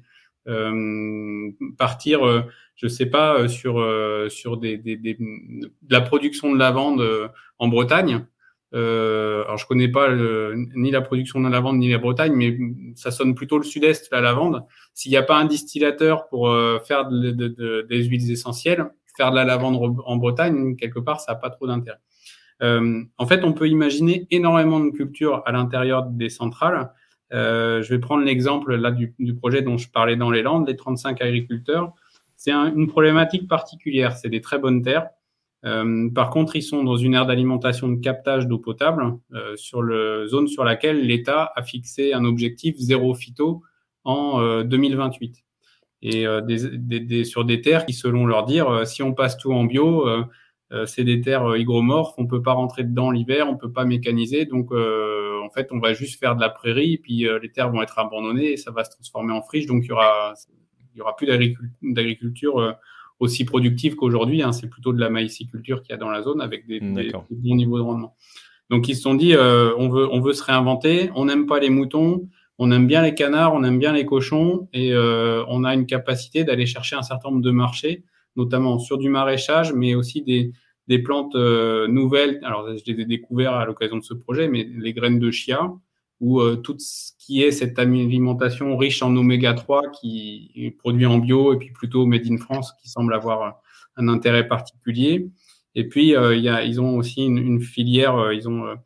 Euh, partir, euh, je sais pas, euh, sur euh, sur des, des, des de la production de lavande euh, en Bretagne. Euh, alors je connais pas le, ni la production de la lavande ni la Bretagne, mais ça sonne plutôt le sud-est la lavande. S'il n'y a pas un distillateur pour euh, faire de, de, de, des huiles essentielles, faire de la lavande en Bretagne quelque part, ça n'a pas trop d'intérêt. Euh, en fait, on peut imaginer énormément de cultures à l'intérieur des centrales. Euh, je vais prendre l'exemple là du, du projet dont je parlais dans les Landes, les trente-cinq agriculteurs. C'est un, une problématique particulière. C'est des très bonnes terres. Euh, par contre, ils sont dans une aire d'alimentation de captage d'eau potable euh, sur le zone sur laquelle l'État a fixé un objectif zéro phyto en euh, deux mille vingt-huit. Et euh, des, des, des, sur des terres qui, selon leur dire, euh, si on passe tout en bio, euh, euh, c'est des terres euh, hygromorphes, on peut pas rentrer dedans l'hiver, on peut pas mécaniser, donc euh, en fait, on va juste faire de la prairie, et puis euh, les terres vont être abandonnées et ça va se transformer en friche, donc il y aura, il y aura plus d'agriculture, d'agriculture euh, aussi productive qu'aujourd'hui. Hein, c'est plutôt de la maïsiculture qu'il y a dans la zone avec des, des, des bons niveaux de rendement. Donc ils se sont dit, euh, on veut, on veut se réinventer, on n'aime pas les moutons. On aime bien les canards, on aime bien les cochons et euh, on a une capacité d'aller chercher un certain nombre de marchés, notamment sur du maraîchage, mais aussi des, des plantes euh, nouvelles. Alors, je les ai découvertes à l'occasion de ce projet, mais les graines de chia ou euh, tout ce qui est cette alimentation riche en oméga trois qui est produit en bio et puis plutôt made in France qui semble avoir un intérêt particulier. Et puis, euh, il y a, ils ont aussi une, une filière, euh, ils ont... Euh,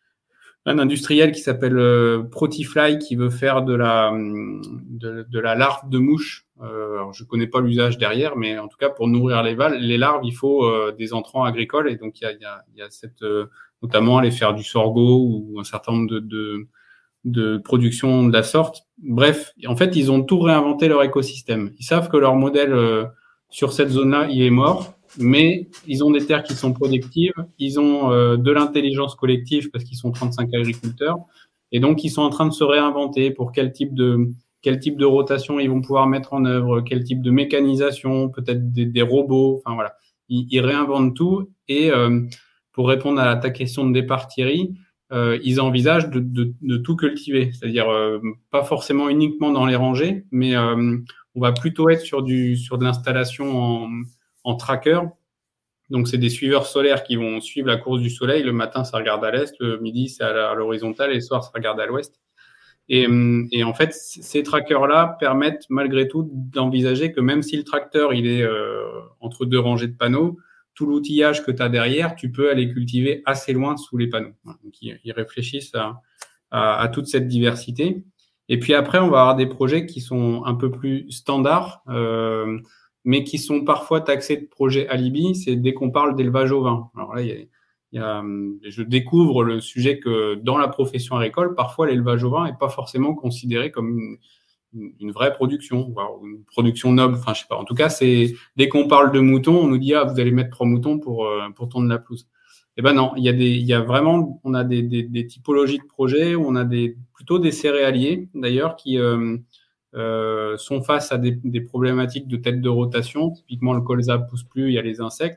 un industriel qui s'appelle euh, Protifly qui veut faire de la de, de la larve de mouche. Euh, alors je connais pas l'usage derrière, mais en tout cas pour nourrir les, val- les larves, il faut euh, des entrants agricoles et donc il y a il y a, il y a cette euh, notamment aller faire du sorgho ou un certain nombre de de, de productions de la sorte. Bref, en fait ils ont tout réinventé leur écosystème. Ils savent que leur modèle euh, sur cette zone-là il est mort. Mais ils ont des terres qui sont productives, ils ont euh, de l'intelligence collective parce qu'ils sont trente-cinq agriculteurs et donc ils sont en train de se réinventer pour quel type de quel type de rotation ils vont pouvoir mettre en œuvre, quel type de mécanisation, peut-être des, des robots, enfin voilà, ils, ils réinventent tout et euh, pour répondre à ta question de départ Thierry, euh, ils envisagent de, de, de tout cultiver, c'est-à-dire euh, pas forcément uniquement dans les rangées, mais euh, on va plutôt être sur du sur de l'installation en en tracker. Donc, c'est des suiveurs solaires qui vont suivre la course du soleil. Le matin, ça regarde à l'est. Le midi, c'est à l'horizontale. Et le soir, ça regarde à l'ouest. Et, et en fait, ces trackers-là permettent malgré tout d'envisager que même si le tracteur, il est euh, entre deux rangées de panneaux, tout l'outillage que tu as derrière, tu peux aller cultiver assez loin sous les panneaux. Donc, ils, ils réfléchissent à, à, à toute cette diversité. Et puis après, on va avoir des projets qui sont un peu plus standards, euh, mais qui sont parfois taxés de projets alibi, c'est dès qu'on parle d'élevage ovin. Alors là, il y a, il y a, je découvre le sujet que dans la profession agricole, parfois l'élevage ovin n'est pas forcément considéré comme une, une, une vraie production, voire une production noble. Enfin, je sais pas. En tout cas, c'est dès qu'on parle de moutons, on nous dit ah vous allez mettre trois moutons pour euh, pour tondre la pelouse. Eh ben non, il y a des, il y a vraiment, on a des, des, des typologies de projets, on a des plutôt des céréaliers d'ailleurs qui euh, Euh, sont face à des, des problématiques de tête de rotation. Typiquement, le colza pousse plus, il y a les insectes.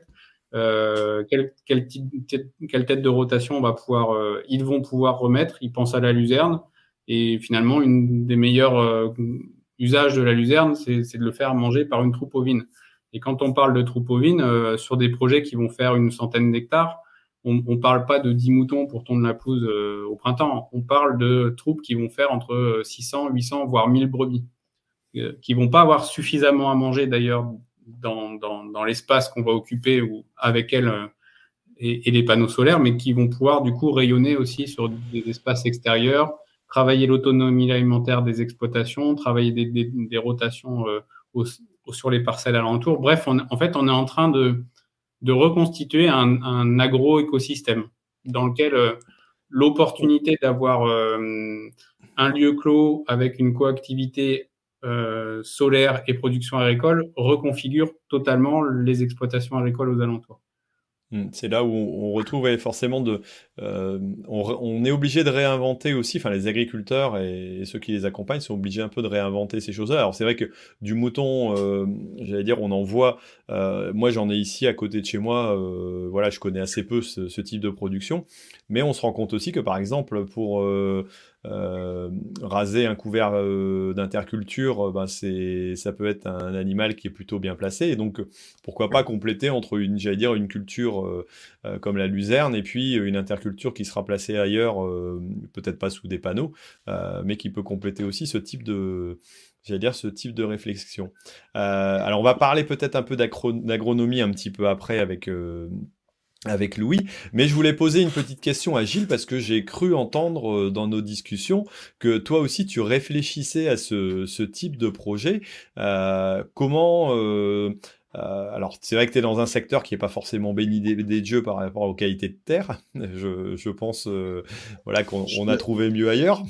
euh, quel, quel type, quelle tête de rotation on va pouvoir, euh, ils vont pouvoir remettre. Ils pensent à la luzerne et finalement, une des meilleurs euh, usages de la luzerne, c'est, c'est de le faire manger par une troupe ovine. Et quand on parle de troupe ovine, euh, sur des projets qui vont faire une centaine d'hectares, on ne parle pas de dix moutons pour tondre la pelouse euh, au printemps. On parle de troupes qui vont faire entre six cents, huit cents, voire mille brebis, euh, qui vont pas avoir suffisamment à manger d'ailleurs dans, dans, dans l'espace qu'on va occuper ou avec elles euh, et, et les panneaux solaires, mais qui vont pouvoir du coup rayonner aussi sur des espaces extérieurs, travailler l'autonomie alimentaire des exploitations, travailler des, des, des rotations euh, au, au, sur les parcelles alentours. Bref, on, en fait, on est en train de, de reconstituer un, un agro-écosystème dans lequel euh, l'opportunité d'avoir euh, un lieu clos avec une coactivité euh, solaire et production agricole reconfigure totalement les exploitations agricoles aux alentours. C'est là où on retrouve ouais, forcément de, euh, on, on est obligé de réinventer aussi, enfin les agriculteurs et, et ceux qui les accompagnent sont obligés un peu de réinventer ces choses-là. Alors c'est vrai que du mouton, euh, j'allais dire, on en voit. Euh, moi j'en ai ici à côté de chez moi. Euh, voilà, je connais assez peu ce, ce type de production, mais on se rend compte aussi que par exemple pour euh, Euh, raser un couvert euh, d'interculture, euh, ben c'est, ça peut être un animal qui est plutôt bien placé. Et donc, pourquoi pas compléter entre une, j'allais dire, une culture euh, euh, comme la luzerne et puis une interculture qui sera placée ailleurs, euh, peut-être pas sous des panneaux, euh, mais qui peut compléter aussi ce type de, j'allais dire, ce type de réflexion. Euh, alors, on va parler peut-être un peu d'agro- d'agronomie un petit peu après avec euh, avec Louis, mais je voulais poser une petite question à Gilles parce que j'ai cru entendre euh, dans nos discussions que toi aussi tu réfléchissais à ce, ce type de projet. Euh, comment euh, euh, alors c'est vrai que tu es dans un secteur qui n'est pas forcément béni des, des dieux par rapport aux qualités de terre. Je, je pense euh, voilà qu'on on a trouvé mieux ailleurs,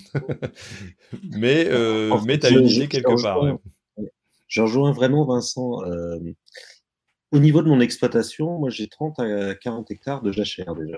mais euh, En mais fait, tu as je, une je, idée je quelque part. Ouais. rejoins, je rejoins vraiment Vincent. Euh, au niveau de mon exploitation, moi j'ai trente à quarante hectares de jachère déjà.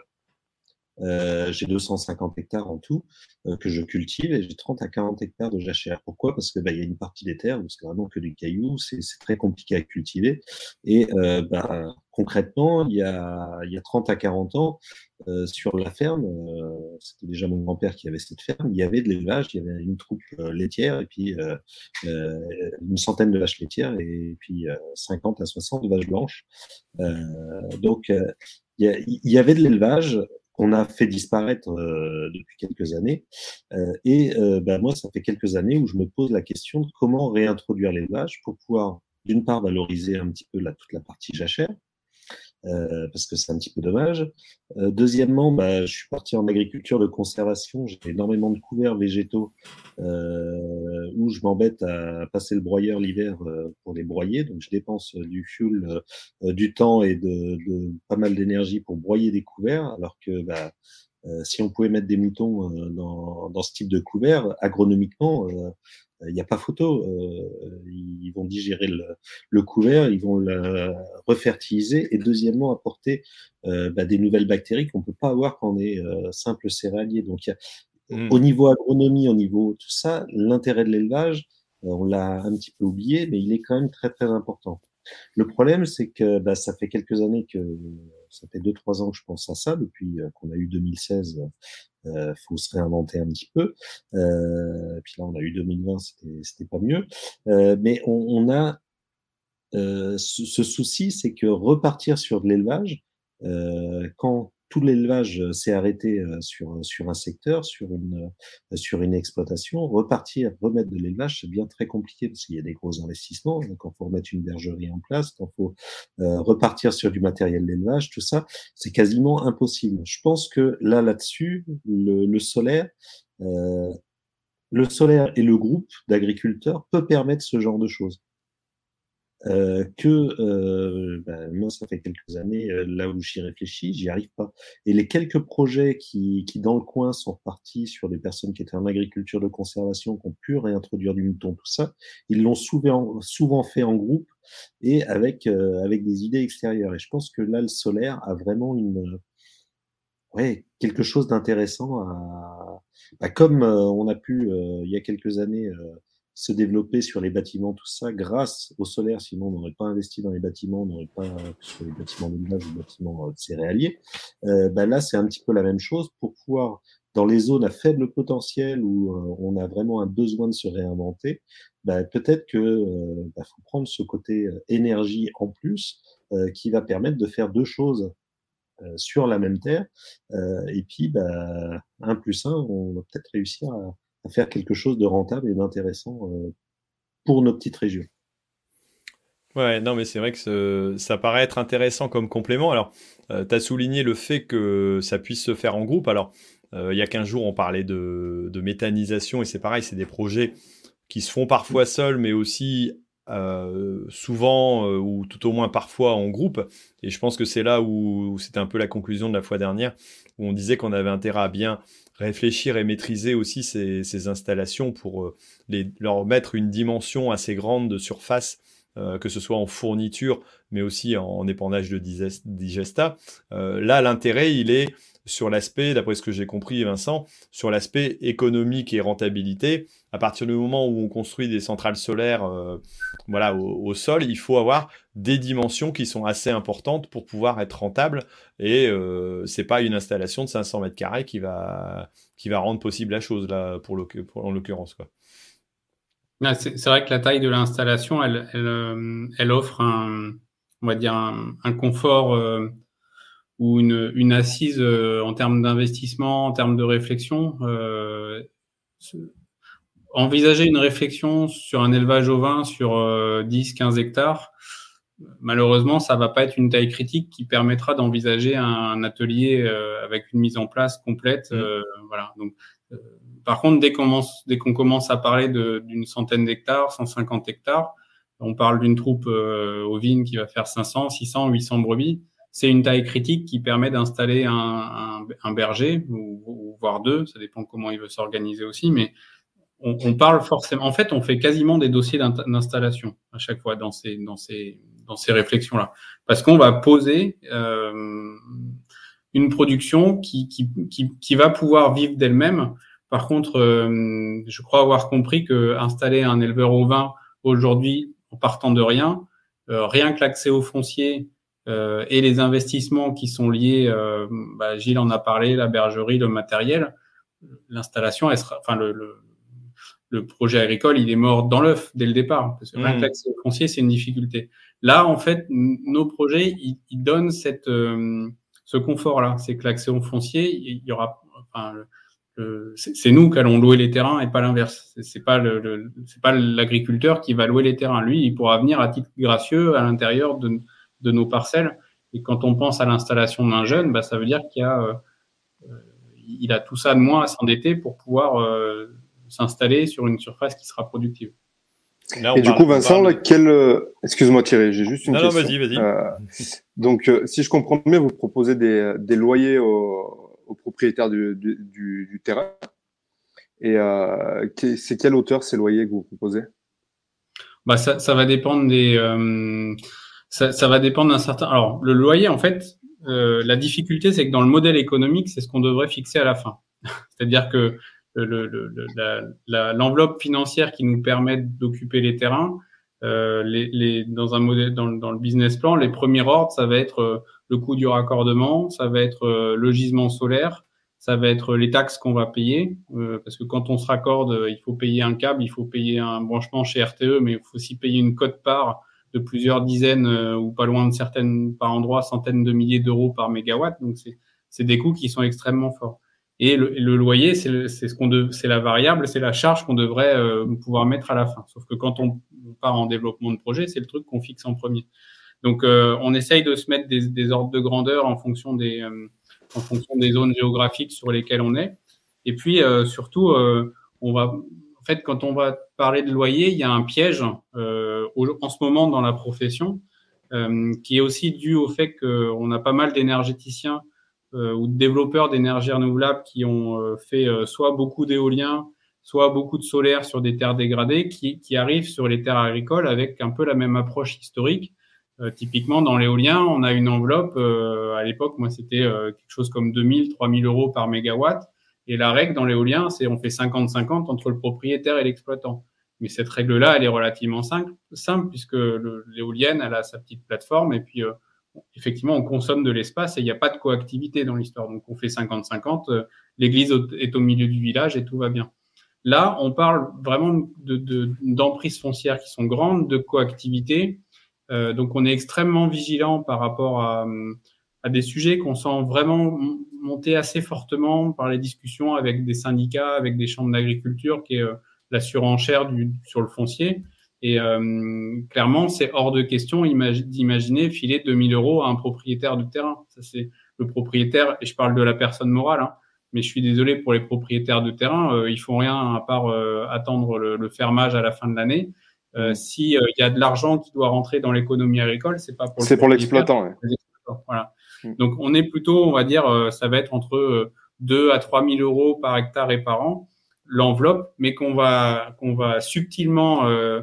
Euh, j'ai deux cent cinquante hectares en tout euh, que je cultive et j'ai trente à quarante hectares de jachère. Pourquoi? Parce que bah, il y a une partie des terres où c'est vraiment que du caillou, c'est, c'est très compliqué à cultiver. Et euh, bah, concrètement, il y a, il y a trente à quarante ans, euh, sur la ferme, euh, c'était déjà mon grand-père qui avait cette ferme, il y avait de l'élevage, il y avait une troupe euh, laitière et puis euh, euh, une centaine de vaches laitières et puis euh, cinquante à soixante de vaches blanches. Euh, donc, euh, il y, a, il y avait de l'élevage qu'on a fait disparaître euh, depuis quelques années. Euh, et euh, ben moi, ça fait quelques années où je me pose la question de comment réintroduire l'élevage pour pouvoir, d'une part, valoriser un petit peu la, toute la partie jachère, euh, parce que c'est un petit peu dommage. Euh, deuxièmement, bah, je suis parti en agriculture de conservation. J'ai énormément de couverts végétaux euh, où je m'embête à passer le broyeur l'hiver euh, pour les broyer. Donc, je dépense euh, du fuel, euh, du temps et de, de pas mal d'énergie pour broyer des couverts, alors que bah, euh, si on pouvait mettre des moutons euh, dans, dans ce type de couvert, agronomiquement, euh, il n'y a pas photo. Euh, ils vont digérer le, le couvert, ils vont le refertiliser et deuxièmement apporter euh, bah, des nouvelles bactéries qu'on peut pas avoir quand on est euh, simple céréalier. Donc, y a, Mmh. au niveau agronomie, au niveau tout ça, l'intérêt de l'élevage, euh, on l'a un petit peu oublié, mais il est quand même très très important. Le problème, c'est que bah, ça fait quelques années que ça fait deux trois ans que je pense à ça depuis euh, qu'on a eu deux mille seize. Euh, faut se réinventer un petit peu. Euh, puis là, on a eu deux mille vingt, c'était, c'était pas mieux. Euh, mais on, on a euh, ce, ce souci, c'est que repartir sur de l'élevage, euh, quand tout l'élevage s'est arrêté euh, sur sur un secteur, sur une euh, sur une exploitation, repartir, remettre de l'élevage, c'est bien très compliqué parce qu'il y a des gros investissements. Donc, quand faut remettre une bergerie en place, quand faut euh, repartir sur du matériel d'élevage, tout ça, c'est quasiment impossible. Je pense que là, là-dessus, le, le solaire, euh, le solaire et le groupe d'agriculteurs peut permettre ce genre de choses. Euh, que euh, ben, moi, ça fait quelques années, euh, là où j'y réfléchis, j'y arrive pas. Et les quelques projets qui, qui, dans le coin, sont repartis sur des personnes qui étaient en agriculture de conservation, qui ont pu réintroduire du mouton, tout ça, ils l'ont souvent, souvent fait en groupe et avec, euh, avec des idées extérieures. Et je pense que là, le solaire a vraiment une, ouais, quelque chose d'intéressant à, bah, comme euh, on a pu, euh, il y a quelques années, euh, se développer sur les bâtiments, tout ça, grâce au solaire. Sinon, on n'aurait pas investi dans les bâtiments, on n'aurait pas, sur les bâtiments d'élevage ou les bâtiments euh, céréaliers. Euh, ben là, c'est un petit peu la même chose pour pouvoir, dans les zones à faible potentiel où euh, on a vraiment un besoin de se réinventer, ben, peut-être que euh, ben, faut prendre ce côté euh, énergie en plus euh, qui va permettre de faire deux choses euh, sur la même terre. Euh, et puis, ben, un plus un, on va peut-être réussir à, à faire quelque chose de rentable et d'intéressant euh, pour nos petites régions. Ouais, non, mais c'est vrai que ce- ça paraît être intéressant comme complément. Alors, tu as souligné le fait que ça puisse se faire en groupe. Alors, euh, il y a quinze jours, on parlait de, de méthanisation et c'est pareil, c'est des projets qui se font parfois seuls, mais aussi euh, souvent euh, ou tout au moins parfois en groupe. Et je pense que c'est là où, où c'était un peu la conclusion de la fois dernière, où on disait qu'on avait intérêt à bien réfléchir et maîtriser aussi ces, ces installations pour euh, les, leur mettre une dimension assez grande de surface, euh, que ce soit en fourniture, mais aussi en, en épandage de digest- digesta. Euh, là, l'intérêt, il est sur l'aspect, d'après ce que j'ai compris, Vincent, sur l'aspect économique et rentabilité. À partir du moment où on construit des centrales solaires euh, voilà, au, au sol, il faut avoir des dimensions qui sont assez importantes pour pouvoir être rentable. Et euh, c'est pas une installation de cinq cents mètres carrés qui va, qui va rendre possible la chose, là, pour, le, pour en l'occurrence, quoi. Ah, c'est c'est vrai que la taille de l'installation, elle, elle, euh, elle offre un, on va dire un, un confort euh, ou une, une assise euh, en termes d'investissement, en termes de réflexion. Euh, ce- envisager une réflexion sur un élevage ovin sur euh, dix, quinze hectares, malheureusement, ça va pas être une taille critique qui permettra d'envisager un, un atelier euh, avec une mise en place complète. Euh, voilà. Donc, euh, par contre, dès qu'on commence, dès qu'on commence à parler de, d'une centaine d'hectares, cent cinquante hectares, on parle d'une troupe euh, ovine qui va faire cinq cents, six cents, huit cents brebis. C'est une taille critique qui permet d'installer un, un, un berger ou, ou voire deux. Ça dépend comment il veut s'organiser aussi, mais on, on parle forcément. En fait, on fait quasiment des dossiers d'installation à chaque fois dans ces dans ces dans ces réflexions-là, parce qu'on va poser euh, une production qui qui qui qui va pouvoir vivre d'elle-même. Par contre, euh, je crois avoir compris que installer un éleveur ovin aujourd'hui en partant de rien, euh, rien que l'accès au foncier euh, et les investissements qui sont liés, euh, bah, Gilles en a parlé, la bergerie, le matériel, l'installation, elle sera, enfin le, le le projet agricole, il est mort dans l'œuf dès le départ, parce que rien que l'accès au foncier, c'est une difficulté. Là, en fait, n- nos projets, ils, ils donnent cette, euh, ce confort-là. C'est que l'accès au foncier, il y aura, enfin, le- le- c'est c'est nous qui allons louer les terrains et pas l'inverse. C'est c'est pas le, le- c'est pas l'agriculteur qui va louer les terrains. Lui, il pourra venir à titre gracieux à l'intérieur de, de nos parcelles. Et quand on pense à l'installation d'un jeune, bah, ça veut dire qu'il y a, euh, il a tout ça de moins à s'endetter pour pouvoir euh, s'installer sur une surface qui sera productive. Là, on Et du parle- coup, on Vincent, parle- là, quel, euh, excuse-moi Thierry, j'ai juste une Non, non, question. vas-y, vas-y. Euh, donc, euh, si je comprends bien, vous proposez des, des loyers aux, aux propriétaires du, du, du, du terrain. Et euh, que- c'est quelle hauteur ces loyers que vous proposez? Bah, ça, ça va dépendre des, euh, ça, ça va dépendre d'un certain. Alors, le loyer, en fait, euh, la difficulté, c'est que dans le modèle économique, c'est ce qu'on devrait fixer à la fin. C'est-à-dire que le, le, le, la, la, l'enveloppe financière qui nous permet d'occuper les terrains, euh, les, les, dans un modèle, dans, dans le business plan, les premiers ordres, ça va être euh, le coût du raccordement, ça va être euh, le gisement solaire, ça va être les taxes qu'on va payer, euh, parce que quand on se raccorde, euh, il faut payer un câble, il faut payer un branchement chez R T E, mais il faut aussi payer une quote-part de plusieurs dizaines euh, ou pas loin de certaines, par endroits, centaines de milliers d'euros par mégawatt. Donc c'est, c'est des coûts qui sont extrêmement forts. Et le, le loyer, c'est, le, c'est ce qu'on de, c'est la variable, c'est la charge qu'on devrait euh, pouvoir mettre à la fin. Sauf que quand on, on part en développement de projet, c'est le truc qu'on fixe en premier. Donc euh, on essaye de se mettre des, des ordres de grandeur en fonction des euh, en fonction des zones géographiques sur lesquelles on est. Et puis euh, surtout, euh, on va, en fait, quand on va parler de loyer, il y a un piège euh, en ce moment dans la profession euh, qui est aussi dû au fait qu'on a pas mal d'énergéticiens euh, ou de développeurs d'énergie renouvelable qui ont euh, fait euh, soit beaucoup d'éolien, soit beaucoup de solaire sur des terres dégradées, qui, qui arrivent sur les terres agricoles avec un peu la même approche historique. Euh, typiquement, dans l'éolien, on a une enveloppe. Euh, à l'époque, moi, c'était euh, quelque chose comme deux mille, trois mille euros par mégawatt. Et la règle dans l'éolien, c'est on fait cinquante cinquante entre le propriétaire et l'exploitant. Mais cette règle-là, elle est relativement simple, simple puisque le, l'éolienne, elle a sa petite plateforme et puis euh, effectivement, on consomme de l'espace et il n'y a pas de coactivité dans l'histoire. Donc, on fait cinquante cinquante, euh, l'église est au milieu du village et tout va bien. Là, on parle vraiment de, de, d'emprises foncières qui sont grandes, de coactivité. Euh, donc, on est extrêmement vigilant par rapport à, à des sujets qu'on sent vraiment monter assez fortement par les discussions avec des syndicats, avec des chambres d'agriculture, qui est euh, la surenchère du, sur le foncier. Et euh, clairement, c'est hors de question imag- d'imaginer filer deux mille euros à un propriétaire de terrain. Ça, c'est le propriétaire, et je parle de la personne morale, hein, mais je suis désolé pour les propriétaires de terrain, euh, ils font rien à part euh, attendre le, le fermage à la fin de l'année. Euh, mmh. Si euh, y a de l'argent qui doit rentrer dans l'économie agricole, c'est pas pour le c'est pour l'exploitant. Ouais. Voilà. Mmh. Donc on est plutôt, on va dire, euh, ça va être entre euh, deux à trois mille euros par hectare et par an l'enveloppe, mais qu'on va qu'on va subtilement euh,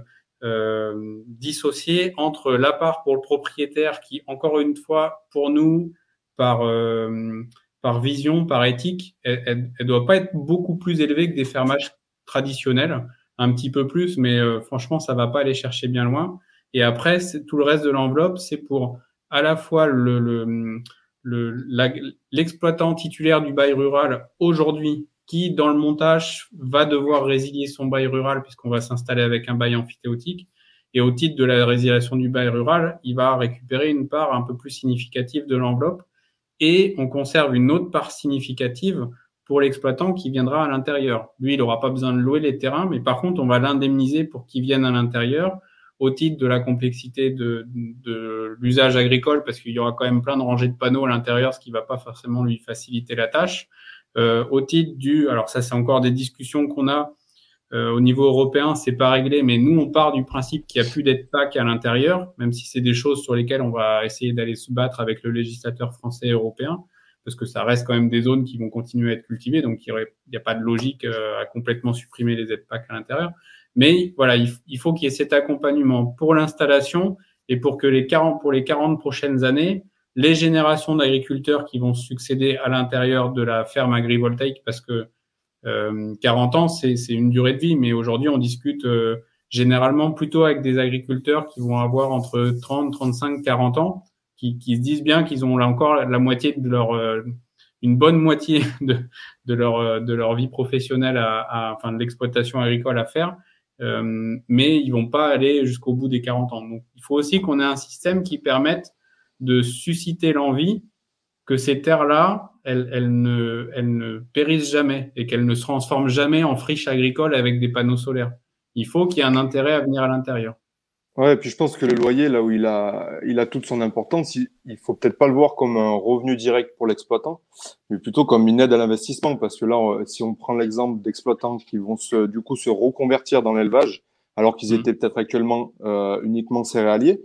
euh, dissocier entre la part pour le propriétaire qui, encore une fois, pour nous, par euh, par vision, par éthique, elle, elle, elle doit pas être beaucoup plus élevée que des fermages traditionnels, un petit peu plus, mais euh, franchement, ça va pas aller chercher bien loin. Et après, c'est, tout le reste de l'enveloppe, c'est pour à la fois le, le, le la, l'exploitant titulaire du bail rural aujourd'hui, qui, dans le montage, va devoir résilier son bail rural puisqu'on va s'installer avec un bail amphithéotique. Et au titre de la résiliation du bail rural, il va récupérer une part un peu plus significative de l'enveloppe et on conserve une autre part significative pour l'exploitant qui viendra à l'intérieur. Lui, il n'aura pas besoin de louer les terrains, mais par contre, on va l'indemniser pour qu'il vienne à l'intérieur au titre de la complexité de, de l'usage agricole, parce qu'il y aura quand même plein de rangées de panneaux à l'intérieur, ce qui ne va pas forcément lui faciliter la tâche. Euh, au titre du, alors ça c'est encore des discussions qu'on a euh, au niveau européen, c'est pas réglé, mais nous on part du principe qu'il n'y a plus d'aide P A C à l'intérieur, même si c'est des choses sur lesquelles on va essayer d'aller se battre avec le législateur français et européen, parce que ça reste quand même des zones qui vont continuer à être cultivées, donc il n'y a pas de logique euh, à complètement supprimer les aides P A C à l'intérieur. Mais voilà, il, il faut qu'il y ait cet accompagnement pour l'installation et pour que les quarante, pour les quarante prochaines années, les générations d'agriculteurs qui vont succéder à l'intérieur de la ferme agrivoltaïque, parce que euh, quarante ans, c'est, c'est une durée de vie, mais aujourd'hui, on discute euh, généralement plutôt avec des agriculteurs qui vont avoir entre trente, trente-cinq, quarante ans, qui, qui se disent bien qu'ils ont là encore la moitié de leur, euh, une bonne moitié de, de leur, de leur vie professionnelle, à, à, enfin de l'exploitation agricole à faire. Euh, mais ils vont pas aller jusqu'au bout des quarante ans. Donc, il faut aussi qu'on ait un système qui permette de susciter l'envie que ces terres-là, elles, elles, ne, elles ne périssent jamais et qu'elles ne se transforment jamais en friches agricoles avec des panneaux solaires. Il faut qu'il y ait un intérêt à venir à l'intérieur. Ouais, et puis je pense que le loyer, là où il a, il a toute son importance, il, il faut peut-être pas le voir comme un revenu direct pour l'exploitant, mais plutôt comme une aide à l'investissement, parce que là, si on prend l'exemple d'exploitants qui vont se, du coup, se reconvertir dans l'élevage, alors qu'ils étaient mmh. peut-être actuellement euh, uniquement céréaliers,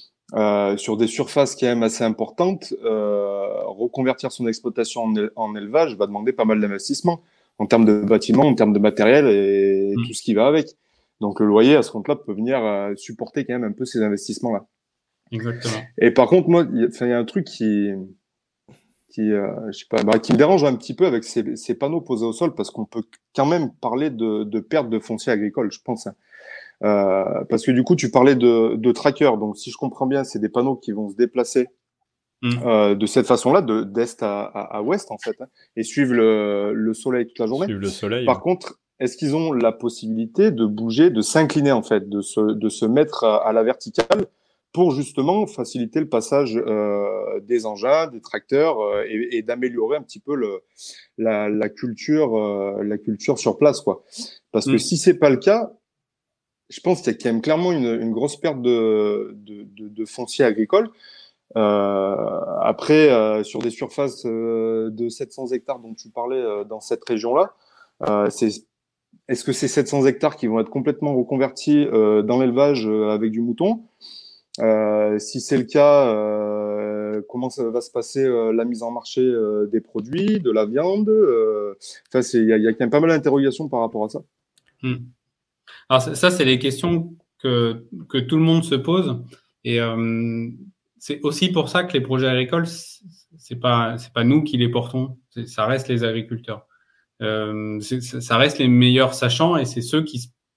euh, sur des surfaces quand même assez importantes, euh, reconvertir son exploitation en, en élevage va demander pas mal d'investissement en termes de bâtiments, en termes de matériel et mmh. tout ce qui va avec. Donc le loyer à ce compte-là peut venir euh, supporter quand même un peu ces investissements-là. Exactement. Et par contre, moi, il y, y a un truc qui, qui, euh, je sais pas, bah, qui me dérange un petit peu avec ces, ces panneaux posés au sol, parce qu'on peut quand même parler de, de perte de foncier agricole, je pense. Hein. Euh, parce que du coup, tu parlais de, de trackers. Donc, si je comprends bien, c'est des panneaux qui vont se déplacer mmh. euh, de cette façon-là, de d'est à, à, à ouest en fait, hein, et suivre le, le soleil toute la journée. Suivre le soleil. Par contre, est-ce qu'ils ont la possibilité de bouger, de s'incliner en fait, de se, de se mettre à, à la verticale pour justement faciliter le passage euh, des engins, des tracteurs euh, et, et d'améliorer un petit peu le, la, la culture, euh, la culture sur place, quoi. Parce que mmh. si c'est pas le cas, je pense qu'il y a quand même clairement une, une grosse perte de, de, de, de foncier agricole. Euh, après, euh, sur des surfaces euh, de sept cents hectares dont tu parlais euh, dans cette région-là, euh, c'est Est-ce que c'est sept cents hectares qui vont être complètement reconvertis euh, dans l'élevage euh, avec du mouton? euh, Si c'est le cas, euh, comment ça va se passer euh, la mise en marché euh, des produits, de la viande euh, Enfin, il y a, y a quand même pas mal d'interrogations par rapport à ça. Mmh. Alors ça, c'est les questions que, que tout le monde se pose. Et euh, c'est aussi pour ça que les projets agricoles, c'est pas, c'est pas nous qui les portons, ça reste les agriculteurs. Euh, c'est, ça reste les meilleurs sachants et c'est ceux qui,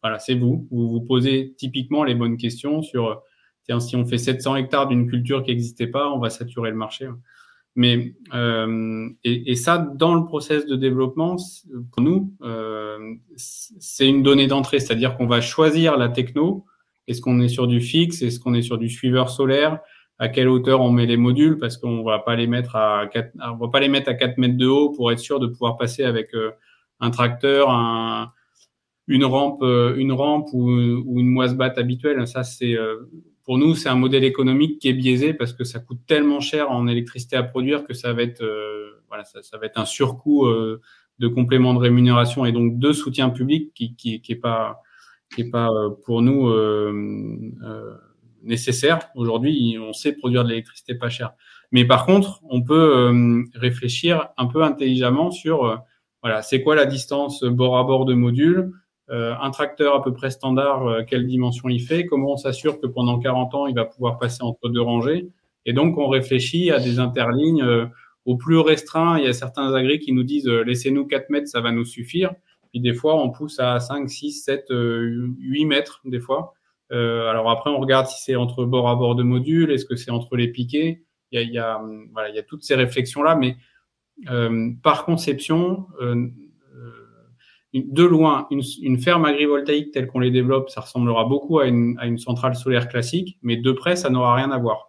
voilà, c'est vous. Vous vous posez typiquement les bonnes questions sur, tiens, si on fait sept cents hectares d'une culture qui n'existait pas, on va saturer le marché. Mais euh, et, et ça, dans le process de développement, pour nous, euh, c'est une donnée d'entrée, c'est-à-dire qu'on va choisir la techno. Est-ce qu'on est sur du fixe? Est-ce qu'on est sur du suiveur solaire? À quelle hauteur on met les modules? Parce qu'on va pas les mettre à quatre, on va pas les mettre à quatre mètres de haut pour être sûr de pouvoir passer avec euh, un tracteur, un, une rampe, euh, une rampe ou, ou une moisse-batte habituelle. Ça, c'est euh, pour nous, c'est un modèle économique qui est biaisé parce que ça coûte tellement cher en électricité à produire que ça va être, euh, voilà, ça, ça va être un surcoût euh, de complément de rémunération et donc de soutien public qui, qui, qui est pas, qui est pas euh, pour nous euh, euh, nécessaire. Aujourd'hui, on sait produire de l'électricité pas chère. Mais par contre, on peut euh, réfléchir un peu intelligemment sur, euh, voilà, c'est quoi la distance bord à bord de module? Euh, un tracteur à peu près standard, euh, quelle dimension il fait, comment on s'assure que pendant quarante ans, il va pouvoir passer entre deux rangées. Et donc, on réfléchit à des interlignes euh, au plus restreint. Il y a certains agris qui nous disent euh, laissez-nous quatre mètres, ça va nous suffire. Puis des fois, on pousse à cinq, six, sept, huit mètres des fois. Euh, alors après, on regarde si c'est entre bord à bord de module, est-ce que c'est entre les piquets. Il y a, il y a, voilà, il y a toutes ces réflexions-là, mais euh, par conception, euh, de loin, une, une ferme agrivoltaïque telle qu'on les développe, ça ressemblera beaucoup à une, à une centrale solaire classique, mais de près, ça n'aura rien à voir.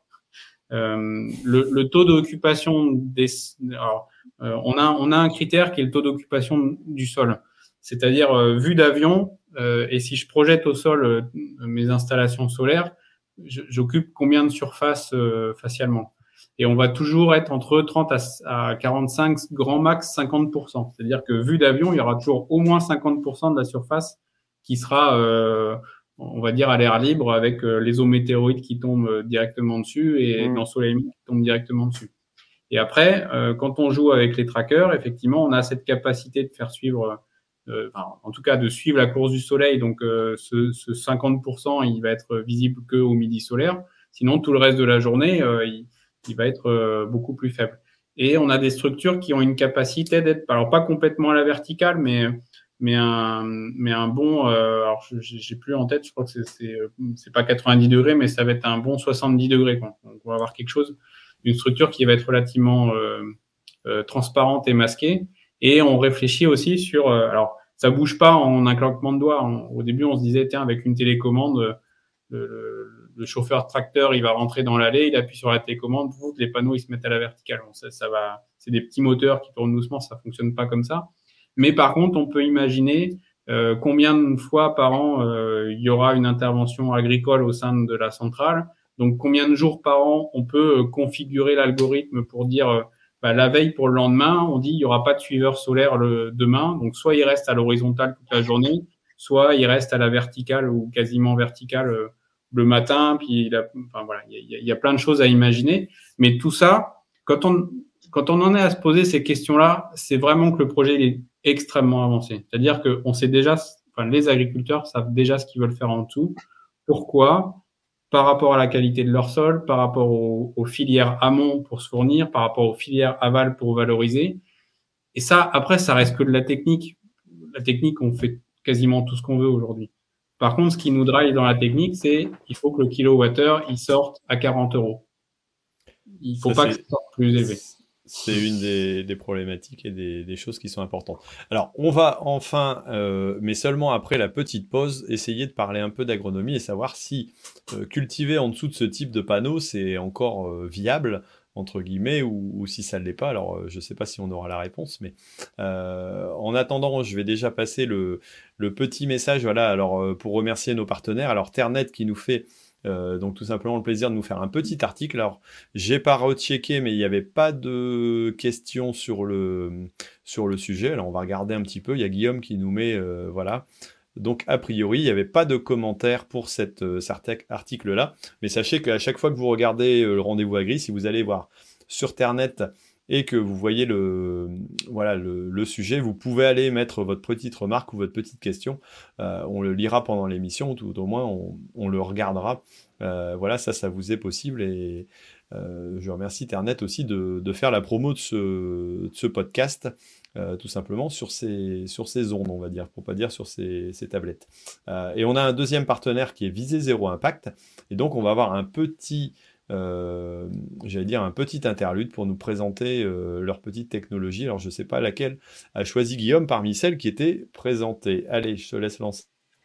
Euh, le, le taux d'occupation des, alors, euh, on a, on a un critère qui est le taux d'occupation du sol, c'est-à-dire euh, vue d'avion. Euh, et si je projette au sol euh, mes installations solaires, j'occupe combien de surface euh, facialement? Et on va toujours être entre trente à quarante-cinq, grand max cinquante pour cent. C'est-à-dire que vue d'avion, il y aura toujours au moins cinquante pour cent de la surface qui sera, euh, on va dire, à l'air libre avec euh, les eaux météoroïdes qui tombent directement dessus et mmh. l'ensoleillement qui tombe directement dessus. Et après, euh, quand on joue avec les trackers, effectivement, on a cette capacité de faire suivre, euh, enfin, en tout cas de suivre la course du soleil. Donc, euh, ce, ce cinquante pour cent, il va être visible qu'au midi solaire. Sinon, tout le reste de la journée, euh, il qui va être euh, beaucoup plus faible. Et on a des structures qui ont une capacité d'être, alors pas complètement à la verticale, mais mais un mais un bon, euh, alors j'ai plus en tête, je crois que c'est c'est c'est pas quatre-vingt-dix degrés, mais ça va être un bon soixante-dix degrés, quoi. Donc on va avoir quelque chose, une structure qui va être relativement euh, euh, transparente et masquée. Et on réfléchit aussi sur, euh, alors ça bouge pas en un claquement de doigts. On, au début, on se disait tiens, avec une télécommande, le, le le chauffeur tracteur, il va rentrer dans l'allée, il appuie sur la télécommande, les panneaux, ils se mettent à la verticale. Bon, ça, ça va, c'est des petits moteurs qui tournent doucement, ça fonctionne pas comme ça. Mais par contre, on peut imaginer euh, combien de fois par an euh, il y aura une intervention agricole au sein de la centrale. Donc, combien de jours par an on peut euh, configurer l'algorithme pour dire euh, bah, la veille pour le lendemain, on dit il y aura pas de suiveur solaire le demain. Donc, soit il reste à l'horizontale toute la journée, soit il reste à la verticale ou quasiment verticale euh, le matin, puis il a, enfin voilà, il y a, il y a plein de choses à imaginer. Mais tout ça, quand on quand on en est à se poser ces questions-là, c'est vraiment que le projet il est extrêmement avancé. C'est-à-dire que on sait déjà, enfin les agriculteurs savent déjà ce qu'ils veulent faire en dessous. Pourquoi? Par rapport à la qualité de leur sol, par rapport aux, aux filières amont pour se fournir, par rapport aux filières aval pour valoriser. Et ça, après, ça reste que de la technique. La technique, on fait quasiment tout ce qu'on veut aujourd'hui. Par contre, ce qui nous drive dans la technique, c'est il faut que le kilowattheure il sorte à quarante euros. Il ne faut ça, pas que ça sorte plus élevé. C'est une des, des problématiques et des, des choses qui sont importantes. Alors, on va enfin, euh, mais seulement après la petite pause, essayer de parler un peu d'agronomie et savoir si euh, cultiver en dessous de ce type de panneau, c'est encore euh, viable, entre guillemets, ou, ou si ça ne l'est pas. Alors, je ne sais pas si on aura la réponse, mais euh, en attendant, je vais déjà passer le, le petit message, voilà, alors, euh, pour remercier nos partenaires. Alors, Ternet qui nous fait euh, donc tout simplement le plaisir de nous faire un petit article. Alors, j'ai pas rechecké, mais il n'y avait pas de questions sur le, sur le sujet. Alors, on va regarder un petit peu. Il y a Guillaume qui nous met, euh, voilà. Donc, a priori, il n'y avait pas de commentaires pour cette, euh, cet article-là. Mais sachez qu'à chaque fois que vous regardez euh, le rendez-vous agri, si vous allez voir sur Ternet et que vous voyez le, voilà, le, le sujet, vous pouvez aller mettre votre petite remarque ou votre petite question. Euh, on le lira pendant l'émission, ou tout au moins, on, on le regardera. Euh, voilà, ça, ça vous est possible. Et euh, je remercie Ternet aussi de, de faire la promo de ce, de ce podcast. euh, tout simplement sur ces, sur ces ondes, on va dire, pour pas dire sur ces, ces tablettes. Euh, et on a un deuxième partenaire qui est Visée Zéro Impact, et donc on va avoir un petit, euh, j'allais dire un petit interlude pour nous présenter euh, leur petite technologie. Alors je sais pas laquelle a choisi Guillaume parmi celles qui étaient présentées. Allez, je te laisse lancer.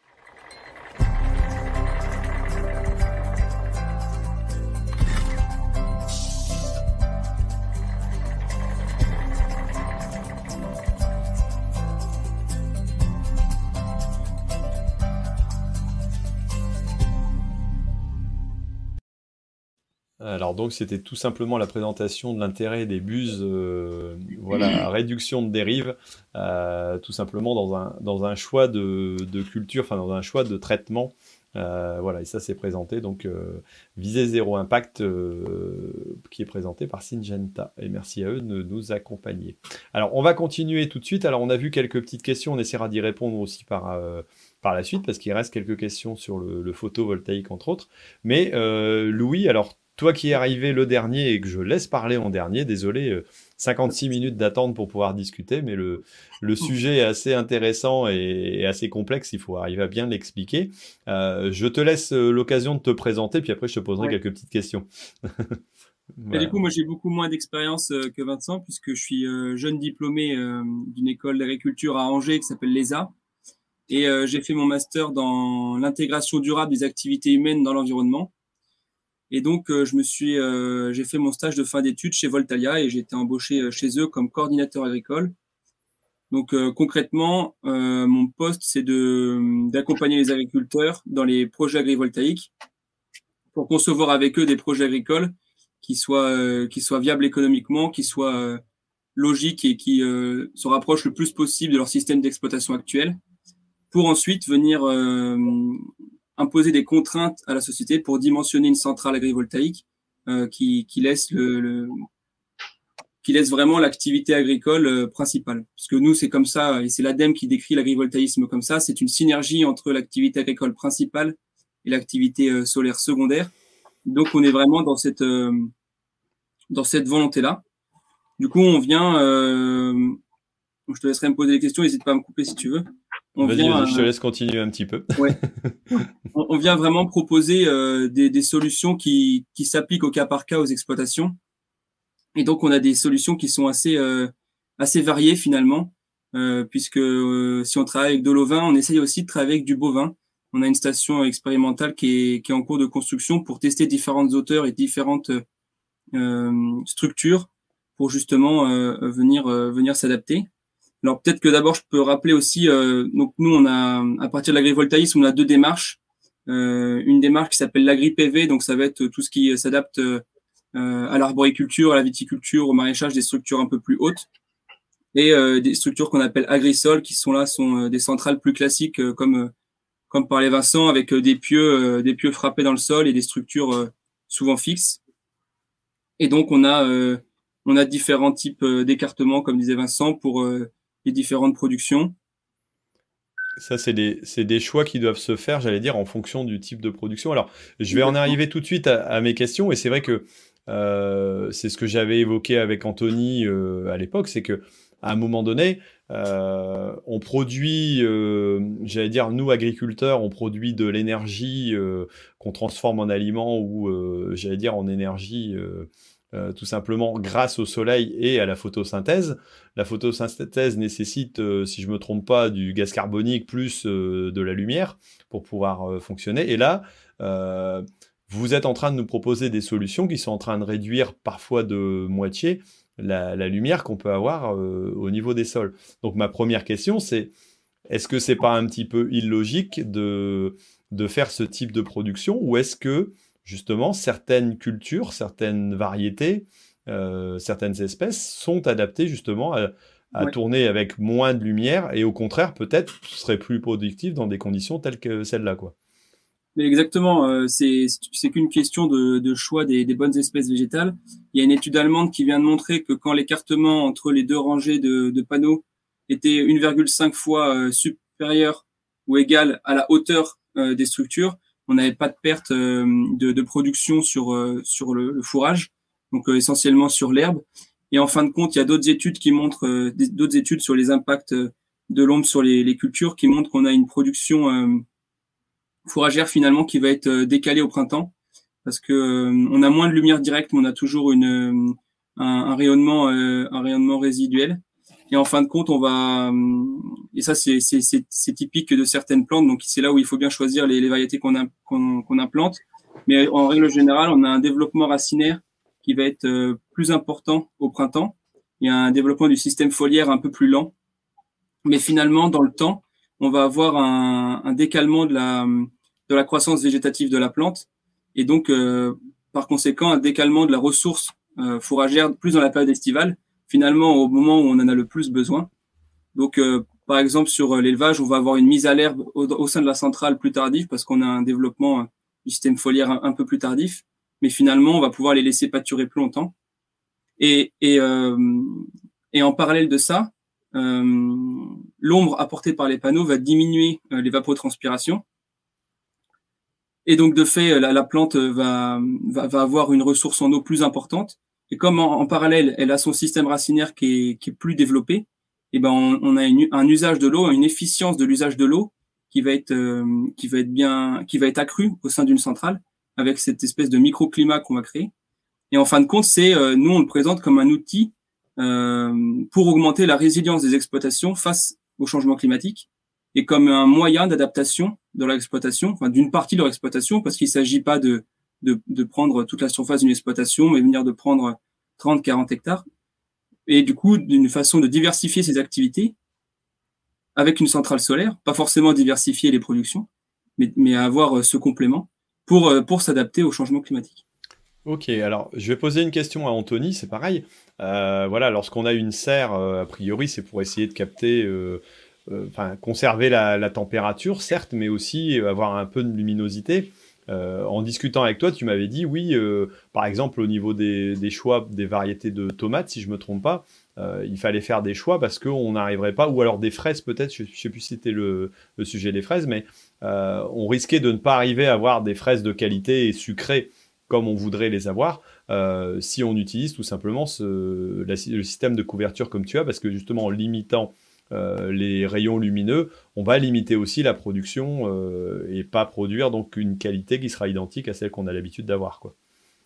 Alors donc c'était tout simplement la présentation de l'intérêt des buses, euh, voilà, réduction de dérive, euh, tout simplement dans un, dans un choix de, de culture, enfin dans un choix de traitement, euh, voilà, et ça c'est présenté, donc euh, Visée Zéro Impact, euh, qui est présenté par Syngenta, et merci à eux de nous accompagner. Alors on va continuer tout de suite, alors on a vu quelques petites questions, on essaiera d'y répondre aussi par... Euh, par la suite, parce qu'il reste quelques questions sur le, le photovoltaïque, entre autres. Mais euh, Louis, alors toi qui es arrivé le dernier et que je laisse parler en dernier, désolé, euh, cinquante-six minutes d'attente pour pouvoir discuter, mais le, le sujet est assez intéressant et, et assez complexe, il faut arriver à bien l'expliquer. Euh, je te laisse l'occasion de te présenter, puis après je te poserai ouais. quelques petites questions. Voilà. Et du coup, moi j'ai beaucoup moins d'expérience euh, que Vincent, puisque je suis euh, jeune diplômé euh, d'une école d'agriculture à Angers qui s'appelle l'E S A. Et euh, j'ai fait mon master dans l'intégration durable des activités humaines dans l'environnement. Et donc, euh, je me suis, euh, j'ai fait mon stage de fin d'études chez Voltalia et j'ai été embauché chez eux comme coordinateur agricole. Donc, euh, concrètement, euh, mon poste, c'est de d'accompagner les agriculteurs dans les projets agrivoltaïques pour concevoir avec eux des projets agricoles qui soient euh, qui soient viables économiquement, qui soient euh, logiques et qui euh, se rapprochent le plus possible de leur système d'exploitation actuel, pour ensuite venir euh, imposer des contraintes à la société pour dimensionner une centrale agrivoltaïque euh, qui, qui laisse le, le qui laisse vraiment l'activité agricole euh, principale. Parce que nous, c'est comme ça, et c'est l'ADEME qui décrit l'agrivoltaïsme comme ça, c'est une synergie entre l'activité agricole principale et l'activité euh, solaire secondaire. Donc, on est vraiment dans cette euh, dans cette volonté-là. Du coup, on vient... Euh, je te laisserai me poser des questions, n'hésite pas à me couper si tu veux. On vas-y, vient, vas-y, je te laisse continuer un petit peu. Ouais. on, on vient vraiment proposer euh, des, des solutions qui, qui s'appliquent au cas par cas aux exploitations. Et donc, on a des solutions qui sont assez, euh, assez variées finalement, euh, puisque euh, si on travaille avec de l'ovin, on essaye aussi de travailler avec du bovin. On a une station expérimentale qui est, qui est en cours de construction pour tester différentes hauteurs et différentes euh, structures pour justement euh, venir, euh, venir s'adapter. Alors peut-être que d'abord je peux rappeler aussi, euh, donc nous on a à partir de l'agrivoltaïsme on a deux démarches, euh, une démarche qui s'appelle l'agri-P V, donc ça va être tout ce qui s'adapte euh, à l'arboriculture, à la viticulture, au maraîchage, des structures un peu plus hautes, et euh, des structures qu'on appelle agrisol qui sont là sont euh, des centrales plus classiques euh, comme euh, comme parlait Vincent, avec euh, des pieux euh, des pieux frappés dans le sol et des structures euh, souvent fixes. Et donc on a euh, on a différents types euh, d'écartements comme disait Vincent pour euh, les différentes productions. Ça, c'est des, c'est des choix qui doivent se faire, j'allais dire, en fonction du type de production. Alors, je vais en arriver tout de suite à, à mes questions, et c'est vrai que euh, c'est ce que j'avais évoqué avec Anthony euh, à l'époque, c'est que à un moment donné, euh, on produit, euh, j'allais dire, nous agriculteurs, on produit de l'énergie euh, qu'on transforme en aliments ou, euh, j'allais dire, en énergie euh, Euh, tout simplement grâce au soleil et à la photosynthèse. La photosynthèse nécessite, euh, si je me trompe pas, du gaz carbonique plus euh, de la lumière pour pouvoir euh, fonctionner. Et là, euh, vous êtes en train de nous proposer des solutions qui sont en train de réduire parfois de moitié la, la lumière qu'on peut avoir euh, au niveau des sols. Donc ma première question, c'est est-ce que c'est pas un petit peu illogique de, de faire ce type de production, ou est-ce que justement, certaines cultures, certaines variétés, euh, certaines espèces sont adaptées justement à, à ouais. tourner avec moins de lumière et au contraire, peut-être, seraient plus productives dans des conditions telles que celles-là, quoi. Mais exactement, euh, c'est, c'est qu'une question de, de choix des, des bonnes espèces végétales. Il y a une étude allemande qui vient de montrer que quand l'écartement entre les deux rangées de, de panneaux était une virgule cinq fois euh, supérieur ou égal à la hauteur euh, des structures, on n'avait pas de perte euh, de, de production sur euh, sur le, le fourrage, donc euh, essentiellement sur l'herbe. Et en fin de compte, il y a d'autres études qui montrent, euh, d'autres études sur les impacts de l'ombre sur les, les cultures qui montrent qu'on a une production euh, fourragère finalement qui va être euh, décalée au printemps parce que euh, on a moins de lumière directe, mais on a toujours une euh, un, un rayonnement euh, un rayonnement résiduel. Et en fin de compte, on va et ça c'est c'est c'est, c'est typique de certaines plantes. Donc c'est là où il faut bien choisir les, les variétés qu'on a, qu'on, qu'on implante. Mais en règle générale, on a un développement racinaire qui va être euh, plus important au printemps. Il y a un développement du système foliaire un peu plus lent. Mais finalement, dans le temps, on va avoir un, un décalement de la, de la croissance végétative de la plante et donc, euh, par conséquent, un décalement de la ressource euh, fourragère plus dans la période estivale, finalement au moment où on en a le plus besoin. Donc, euh, par exemple, sur l'élevage, on va avoir une mise à l'herbe au, au sein de la centrale plus tardive parce qu'on a un développement du système foliaire un, un peu plus tardif. Mais finalement, on va pouvoir les laisser pâturer plus longtemps. Et, et, euh, et en parallèle de ça, Euh, l'ombre apportée par les panneaux va diminuer euh, l'évapotranspiration et donc de fait la, la plante va, va va avoir une ressource en eau plus importante et comme en, en parallèle elle a son système racinaire qui est qui est plus développé et ben on, on a une, un usage de l'eau, une efficience de l'usage de l'eau qui va être euh, qui va être bien qui va être accrue au sein d'une centrale avec cette espèce de microclimat qu'on va créer et en fin de compte c'est euh, nous on le présente comme un outil Euh, pour augmenter la résilience des exploitations face au changement climatique et comme un moyen d'adaptation de leur exploitation, enfin d'une partie de leur exploitation, parce qu'il ne s'agit pas de, de, de prendre toute la surface d'une exploitation, mais venir de prendre trente, quarante hectares, et du coup d'une façon de diversifier ses activités avec une centrale solaire, pas forcément diversifier les productions, mais, mais avoir ce complément pour, pour s'adapter au changement climatique. Ok, alors je vais poser une question à Anthony, c'est pareil. Euh, voilà, lorsqu'on a une serre, euh, a priori, c'est pour essayer de capter, euh, euh, enfin, conserver la, la température, certes, mais aussi avoir un peu de luminosité. Euh, en discutant avec toi, tu m'avais dit, oui, euh, par exemple, au niveau des, des choix des variétés de tomates, si je me trompe pas, euh, il fallait faire des choix parce qu'on n'arriverait pas, ou alors des fraises peut-être, je ne sais plus si c'était le, le sujet des fraises, mais euh, on risquait de ne pas arriver à avoir des fraises de qualité et sucrées comme on voudrait les avoir, euh, si on utilise tout simplement ce, la, le système de couverture comme tu as, parce que justement en limitant euh, les rayons lumineux, on va limiter aussi la production euh, et pas produire donc une qualité qui sera identique à celle qu'on a l'habitude d'avoir, quoi.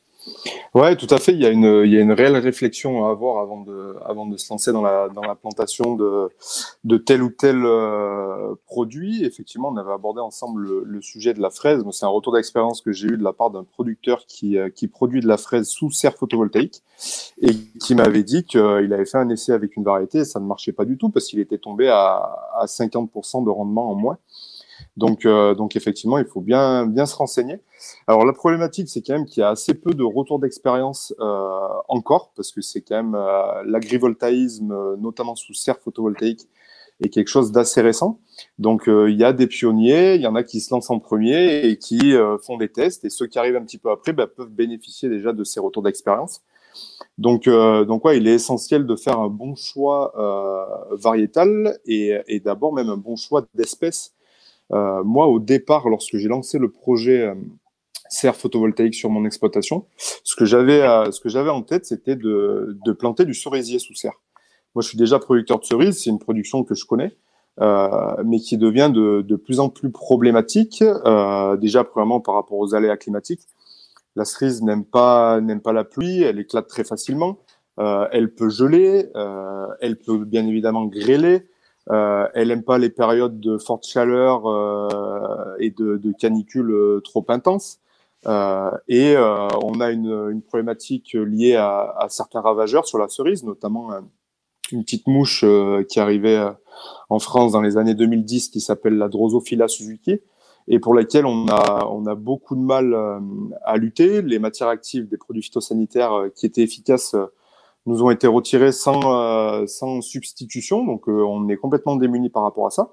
Ouais, tout à fait. Il y a une, il y a une réelle réflexion à avoir avant de, avant de se lancer dans la, dans la plantation de, de tel ou tel euh, produit. Effectivement, on avait abordé ensemble le, le sujet de la fraise. C'est un retour d'expérience que j'ai eu de la part d'un producteur qui, euh, qui produit de la fraise sous serre photovoltaïque et qui m'avait dit qu'il avait fait un essai avec une variété et ça ne marchait pas du tout parce qu'il était tombé à, à cinquante pour cent de rendement en moins. Donc, euh, donc effectivement, il faut bien, bien se renseigner. Alors la problématique, c'est quand même qu'il y a assez peu de retours d'expérience euh, encore, parce que c'est quand même euh, l'agrivoltaïsme, notamment sous serre photovoltaïque, est quelque chose d'assez récent. Donc euh, il y a des pionniers, il y en a qui se lancent en premier et qui euh, font des tests, et ceux qui arrivent un petit peu après bah, peuvent bénéficier déjà de ces retours d'expérience. Donc, euh, donc ouais, il est essentiel de faire un bon choix euh, variétal et, et d'abord même un bon choix d'espèces. Euh, moi, au départ, lorsque j'ai lancé le projet euh, serre photovoltaïque sur mon exploitation, ce que j'avais, euh, ce que j'avais en tête, c'était de, de planter du cerisier sous serre. Moi, je suis déjà producteur de cerises, c'est une production que je connais, euh, mais qui devient de, de plus en plus problématique. Euh, déjà, premièrement, par rapport aux aléas climatiques, la cerise n'aime pas, n'aime pas la pluie, elle éclate très facilement, euh, elle peut geler, euh, elle peut bien évidemment grêler. Euh, elle aime pas les périodes de forte chaleur euh, et de, de canicule euh, trop intenses. Euh, et euh, on a une, une problématique liée à, à certains ravageurs sur la cerise, notamment euh, une petite mouche euh, qui arrivait euh, en France dans les années deux mille dix qui s'appelle la Drosophila suzuki et pour laquelle on a, on a beaucoup de mal euh, à lutter. Les matières actives des produits phytosanitaires euh, qui étaient efficaces euh, nous ont été retirés sans, euh, sans substitution, donc euh, on est complètement démunis par rapport à ça.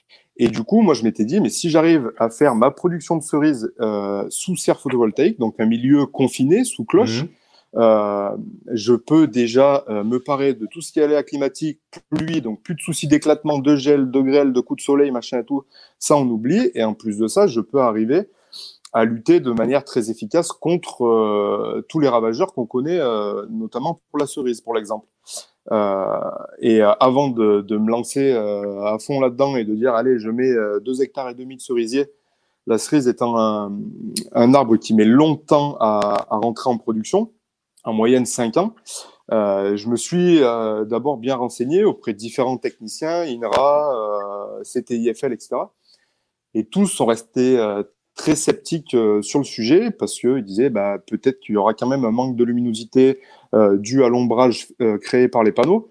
Et du coup, moi, je m'étais dit, mais si j'arrive à faire ma production de cerises euh, sous serre photovoltaïque, donc un milieu confiné, sous cloche, mmh. euh, je peux déjà euh, me parer de tout ce qui est aléa climatique, pluie, donc plus de soucis d'éclatement, de gel, de grêle, de coups de soleil, machin et tout, ça on oublie. Et en plus de ça, je peux arriver à lutter de manière très efficace contre euh, tous les ravageurs qu'on connaît, euh, notamment pour la cerise, pour l'exemple. Euh, et euh, avant de, de me lancer euh, à fond là-dedans et de dire allez, je mets euh, deux hectares et demi de cerisier, la cerise étant un, un arbre qui met longtemps à, à rentrer en production, en moyenne cinq ans, euh, je me suis euh, d'abord bien renseigné auprès de différents techniciens, INRA, euh, C T I F L, et cetera. Et tous sont restés euh, très sceptiques euh, sur le sujet parce qu'ils disaient bah, peut-être qu'il y aura quand même un manque de luminosité euh, dû à l'ombrage euh, créé par les panneaux.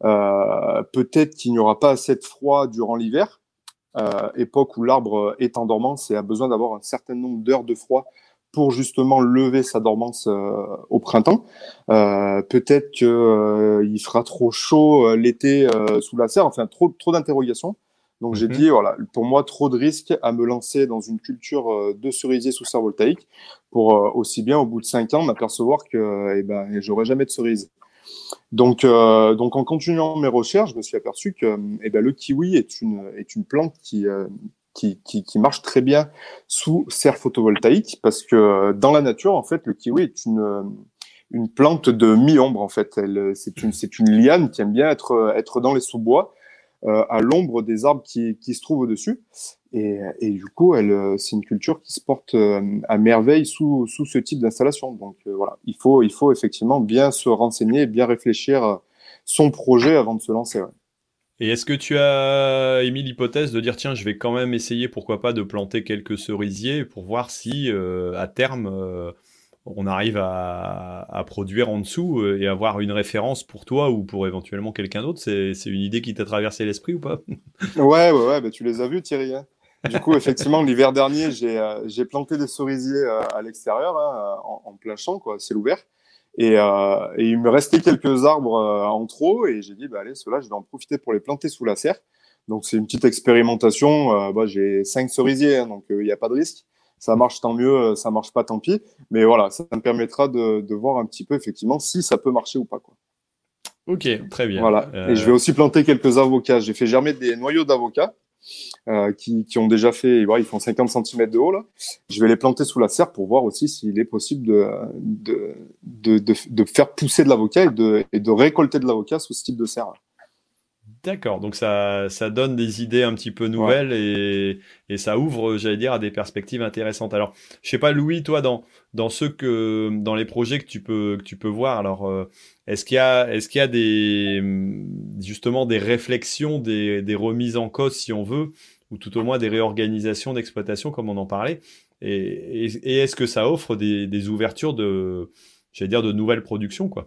Euh, peut-être qu'il n'y aura pas assez de froid durant l'hiver, euh, époque où l'arbre est en dormance et a besoin d'avoir un certain nombre d'heures de froid pour justement lever sa dormance euh, au printemps. Euh, peut-être qu'il euh, fera trop chaud euh, l'été euh, sous la serre, enfin trop, trop d'interrogations. Donc, mmh. j'ai dit, voilà, pour moi, trop de risques à me lancer dans une culture euh, de cerisier sous serre voltaïque pour euh, aussi bien, au bout de cinq ans, m'apercevoir que eh ben, j'aurai jamais de cerise. Donc, euh, donc, en continuant mes recherches, je me suis aperçu que eh ben, le kiwi est une, est une plante qui, euh, qui, qui, qui marche très bien sous serre photovoltaïque parce que dans la nature, en fait, le kiwi est une, une plante de mi-ombre, en fait. Elle, c'est une, c'est une liane qui aime bien être, être dans les sous-bois. Euh, à l'ombre des arbres qui, qui se trouvent au-dessus. Et, et du coup, elle, c'est une culture qui se porte euh, à merveille sous, sous ce type d'installation. Donc euh, voilà, il faut, il faut effectivement bien se renseigner, bien réfléchir son projet avant de se lancer. Ouais. Et est-ce que tu as émis l'hypothèse de dire tiens, je vais quand même essayer, pourquoi pas, de planter quelques cerisiers pour voir si euh, à terme euh, on arrive à, à produire en dessous et avoir une référence pour toi ou pour éventuellement quelqu'un d'autre. C'est, c'est une idée qui t'a traversé l'esprit ou pas? Ouais, ouais, ouais, bah, tu les as vus, Thierry. Hein. Du coup, effectivement, l'hiver dernier, j'ai, euh, j'ai planté des cerisiers euh, à l'extérieur, hein, en, en plein champ, quoi, ciel ouvert. Et, euh, et il me restait quelques arbres euh, en trop, et j'ai dit, bah, allez, ceux-là, je vais en profiter pour les planter sous la serre. Donc, c'est une petite expérimentation. Euh, bah, j'ai cinq cerisiers, hein, donc il euh, n'y a pas de risque. Ça marche, tant mieux. Ça marche pas, tant pis. Mais voilà, ça me permettra de, de voir un petit peu, effectivement, si ça peut marcher ou pas, quoi. Ok, très bien. Voilà. Euh... Et je vais aussi planter quelques avocats. J'ai fait germer des noyaux d'avocats euh, qui, qui ont déjà fait, voilà, ils font cinquante centimètres de haut, là. Je vais les planter sous la serre pour voir aussi s'il est possible de, de, de, de, de faire pousser de l'avocat et de, et de récolter de l'avocat sous ce type de serre. D'accord, donc ça, ça donne des idées un petit peu nouvelles, ouais. et, et ça ouvre, j'allais dire, à des perspectives intéressantes. Alors, je sais pas, Louis, toi, dans, dans ceux que, dans les projets que tu peux, que tu peux voir, alors, euh, est-ce qu'il y a, est-ce qu'il y a des, justement, des réflexions, des, des remises en cause, si on veut, ou tout au moins des réorganisations d'exploitation, comme on en parlait, et, et, et est-ce que ça offre des, des ouvertures de, j'allais dire, de nouvelles productions, quoi?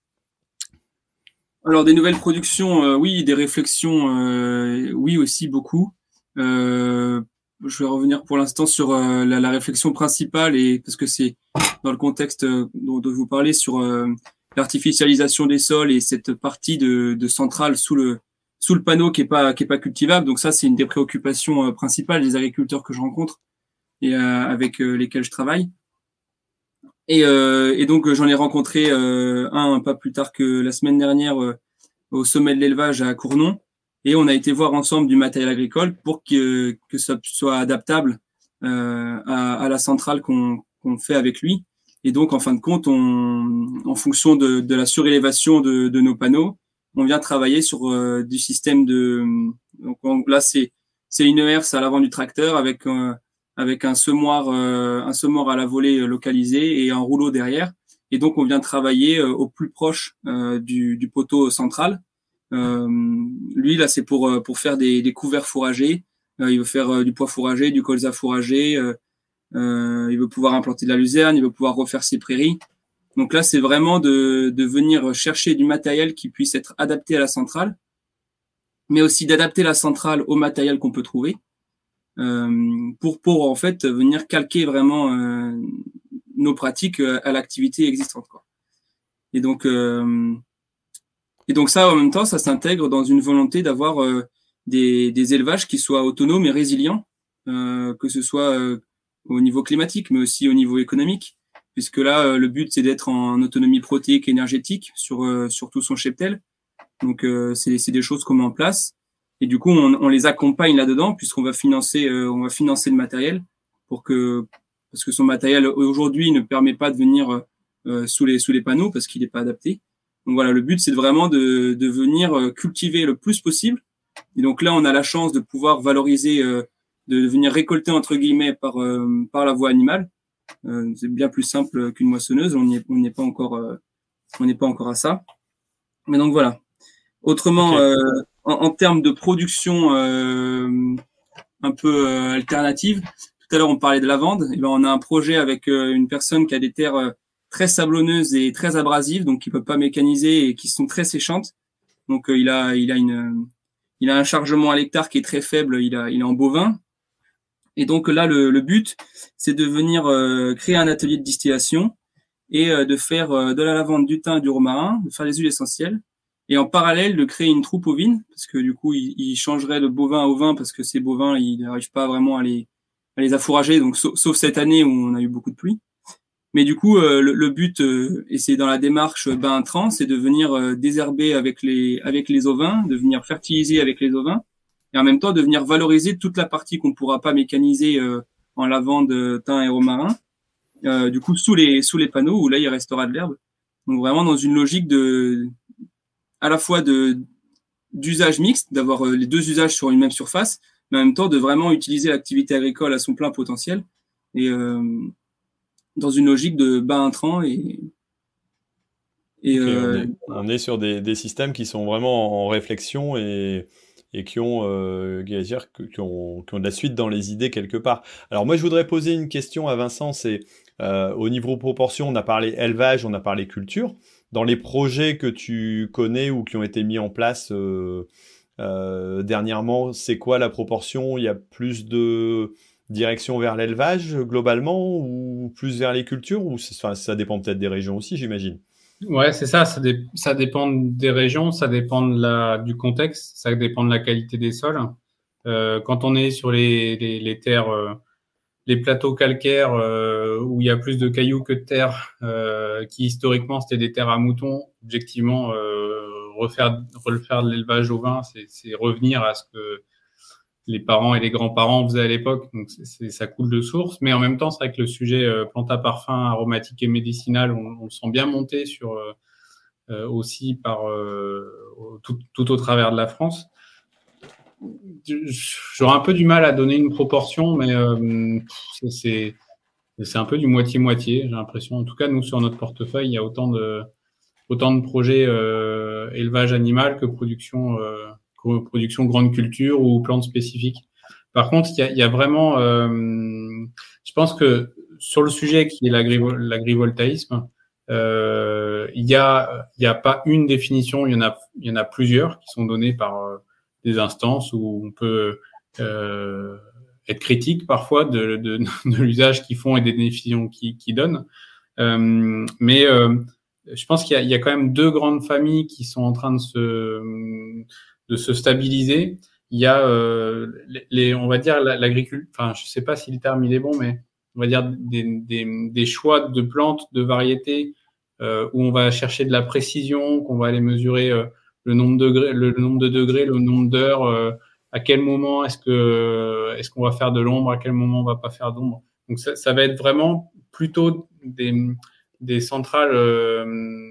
Alors des nouvelles productions, euh, oui, des réflexions, euh, oui aussi beaucoup. Euh, je vais revenir pour l'instant sur euh, la, la réflexion principale, et parce que c'est dans le contexte dont, dont vous parlez sur euh, l'artificialisation des sols et cette partie de, de centrale sous le sous le panneau qui est pas qui est pas cultivable. Donc ça, c'est une des préoccupations euh, principales des agriculteurs que je rencontre et euh, avec euh, lesquels je travaille. Et, euh, et donc j'en ai rencontré euh, un pas plus tard que la semaine dernière euh, au sommet de l'élevage à Cournon, et on a été voir ensemble du matériel agricole pour que que ça soit adaptable euh, à, à la centrale qu'on qu'on fait avec lui. Et donc en fin de compte, on, en fonction de, de la surélévation de, de nos panneaux, on vient travailler sur euh, du système de. Donc on, là c'est c'est une herse à l'avant du tracteur avec euh, avec un semoir, euh, un semoir à la volée localisé et un rouleau derrière. Et donc, on vient travailler euh, au plus proche euh, du, du poteau central. Euh, lui, là, c'est pour pour faire des, des couverts fourragés. Euh, il veut faire euh, du pois fourragé, du colza fourragé. Euh, euh, il veut pouvoir implanter de la luzerne. Il veut pouvoir refaire ses prairies. Donc là, c'est vraiment de, de venir chercher du matériel qui puisse être adapté à la centrale, mais aussi d'adapter la centrale au matériel qu'on peut trouver. Euh, pour pour en fait venir calquer vraiment euh, nos pratiques euh, à l'activité existante, quoi. Et donc euh, et donc ça en même temps ça s'intègre dans une volonté d'avoir euh, des des élevages qui soient autonomes et résilients, euh, que ce soit euh, au niveau climatique mais aussi au niveau économique, puisque là euh, le but c'est d'être en autonomie protéique et énergétique sur euh, sur tout son cheptel. Donc euh, c'est c'est des choses qu'on met en place. Et du coup, on, on les accompagne là-dedans puisqu'on va financer, euh, on va financer le matériel pour que parce que son matériel aujourd'hui ne permet pas de venir euh, sous les sous les panneaux parce qu'il n'est pas adapté. Donc voilà, le but c'est vraiment de de venir cultiver le plus possible. Et donc là, on a la chance de pouvoir valoriser, euh, de venir récolter entre guillemets par euh, par la voie animale. Euh, c'est bien plus simple qu'une moissonneuse. On n'y est on n'y est pas encore euh, on n'est pas encore à ça. Mais donc voilà. Autrement, okay. euh, en, en termes de production euh, un peu euh, alternative, tout à l'heure on parlait de lavande. Et ben on a un projet avec euh, une personne qui a des terres euh, très sablonneuses et très abrasives, donc qui peut pas mécaniser et qui sont très séchantes. Donc euh, il a il a une il a un chargement à l'hectare qui est très faible. Il a il est en bovin. Et donc là le, le but c'est de venir euh, créer un atelier de distillation et euh, de faire euh, de la lavande, du thym, du romarin, de faire les huiles essentielles. Et en parallèle, de créer une troupe ovine, parce que du coup, il, il changerait de bovin à ovin, parce que ces bovins, il n'arrive pas vraiment à les, à les affourager, donc sauf, sauf cette année où on a eu beaucoup de pluie. Mais du coup, euh, le, le but, euh, et c'est dans la démarche bain intrant, c'est de venir euh, désherber avec les, avec les ovins, de venir fertiliser avec les ovins, et en même temps de venir valoriser toute la partie qu'on pourra pas mécaniser euh, en lavande, thym et romarin, euh, du coup sous les, sous les panneaux, où là, il restera de l'herbe. Donc vraiment dans une logique de à la fois de d'usage mixte, d'avoir les deux usages sur une même surface, mais en même temps de vraiment utiliser l'activité agricole à son plein potentiel et euh, dans une logique de bas intrant et et okay, euh, on, est, on est sur des, des systèmes qui sont vraiment en réflexion et et qui ont, euh, dire, qui, ont, qui ont de la suite dans les idées quelque part. Alors moi, je voudrais poser une question à Vincent, c'est euh, au niveau proportion, on a parlé élevage, on a parlé culture. Dans les projets que tu connais ou qui ont été mis en place euh, euh, dernièrement, c'est quoi la proportion ? Il y a plus de direction vers l'élevage globalement ou plus vers les cultures ou enfin, ça dépend peut-être des régions aussi, j'imagine. Ouais, c'est ça, ça, dé- ça dépend des régions, ça dépend de la, du contexte, ça dépend de la qualité des sols. Euh, quand on est sur les, les, les terres, euh, les plateaux calcaires euh, où il y a plus de cailloux que de terre, euh, qui historiquement c'était des terres à moutons, objectivement, euh, refaire, refaire de l'élevage au vin, c'est, c'est revenir à ce que les parents et les grands-parents faisaient à l'époque, donc c'est, c'est, ça coule de source. Mais en même temps, c'est vrai que le sujet euh, plante à parfum, aromatique et médicinal, on, on le sent bien monter sur euh, euh, aussi par euh, tout, tout au travers de la France. J'aurais un peu du mal à donner une proportion, mais euh, c'est, c'est un peu du moitié-moitié, j'ai l'impression. En tout cas, nous, sur notre portefeuille, il y a autant de, autant de projets euh, élevage animal que production, euh, que production grande culture ou plantes spécifiques. Par contre, il y a, il y a vraiment... Euh, je pense que sur le sujet qui est l'agri- l'agrivoltaïsme, euh, il y a, il y a pas une définition, il y en a, il y en a plusieurs qui sont données par... Euh, des instances où on peut euh, être critique parfois de, de, de l'usage qu'ils font et des définitions qu'ils, qu'ils donnent. Euh, mais euh, je pense qu'il y a, il y a quand même deux grandes familles qui sont en train de se, de se stabiliser. Il y a euh, les, les, on va dire l'agriculture, enfin je sais pas si le terme il est bon, mais on va dire des, des, des choix de plantes, de variétés euh, où on va chercher de la précision, qu'on va aller mesurer euh, le nombre de degrés, le nombre de degrés, le nombre d'heures, euh, à quel moment est-ce que est-ce qu'on va faire de l'ombre, à quel moment on va pas faire d'ombre. Donc ça, ça va être vraiment plutôt des des centrales euh,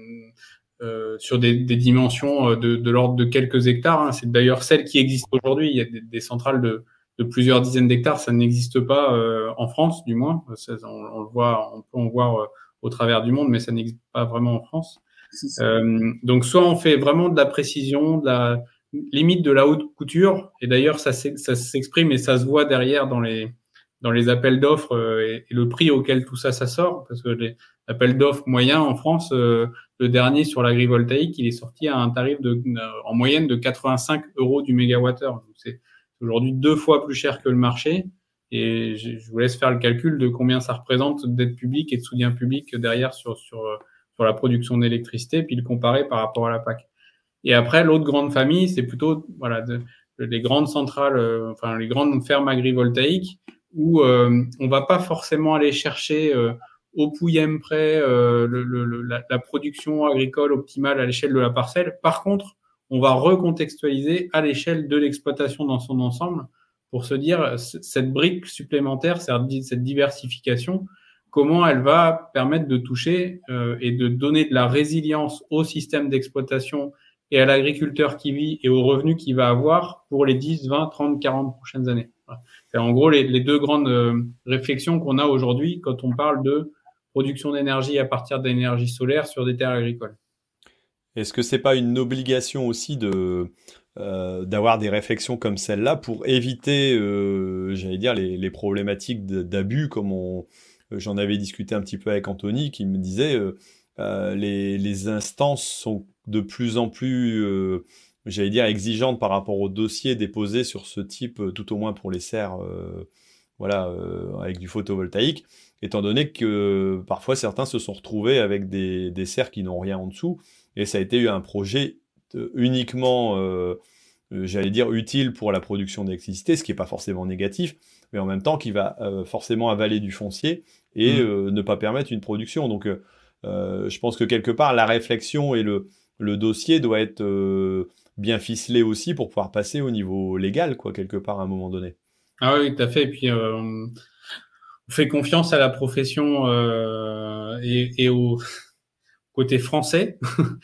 euh, sur des, des dimensions de, de l'ordre de quelques hectares. Hein. C'est d'ailleurs celles qui existent aujourd'hui. Il y a des, des centrales de de plusieurs dizaines d'hectares. Ça n'existe pas euh, en France, du moins. Ça, on, on le voit, on peut en voir euh, au travers du monde, mais ça n'existe pas vraiment en France. Euh, donc soit on fait vraiment de la précision, de la limite de la haute couture, et d'ailleurs ça, ça s'exprime et ça se voit derrière dans les dans les appels d'offres euh, et, et le prix auquel tout ça ça sort, parce que les appels d'offres moyens en France, euh, le dernier sur l'agrivoltaïque, il est sorti à un tarif de en moyenne de quatre-vingt-cinq euros du mégawattheure. Donc c'est aujourd'hui deux fois plus cher que le marché. Et je, je vous laisse faire le calcul de combien ça représente d'aide publique et de soutien public derrière sur sur sur la production d'électricité, puis le comparer par rapport à la P A C. Et après, l'autre grande famille, c'est plutôt voilà de, de, les grandes centrales, euh, enfin les grandes fermes agrivoltaïques, où euh, on va pas forcément aller chercher euh, au pouillème près euh, le, le, la, la production agricole optimale à l'échelle de la parcelle. Par contre, on va recontextualiser à l'échelle de l'exploitation dans son ensemble pour se dire cette brique supplémentaire, cette diversification, comment elle va permettre de toucher euh, et de donner de la résilience au système d'exploitation et à l'agriculteur qui vit et aux revenus qu'il va avoir pour les dix, vingt, trente, quarante prochaines années. Voilà. C'est en gros les, les deux grandes euh, réflexions qu'on a aujourd'hui quand on parle de production d'énergie à partir d'énergie solaire sur des terres agricoles. Est-ce que c'est pas une obligation aussi de euh, d'avoir des réflexions comme celle-là pour éviter, euh, j'allais dire, les, les problématiques d'abus, comme on, j'en avais discuté un petit peu avec Anthony, qui me disait euh, euh, les, les instances sont de plus en plus, euh, j'allais dire, exigeantes par rapport aux dossiers déposés sur ce type, tout au moins pour les serres, euh, voilà, euh, avec du photovoltaïque, étant donné que euh, parfois certains se sont retrouvés avec des, des serres qui n'ont rien en dessous. Et ça a été un projet uniquement, euh, j'allais dire, utile pour la production d'électricité, ce qui n'est pas forcément négatif, mais en même temps qui va euh, forcément avaler du foncier et mmh. euh, ne pas permettre une production. Donc, euh, je pense que quelque part, la réflexion et le, le dossier doit être euh, bien ficelé aussi pour pouvoir passer au niveau légal, quoi, quelque part, à un moment donné. Ah oui, tout à fait. Et puis, euh, on fait confiance à la profession euh, et, et au... côté français,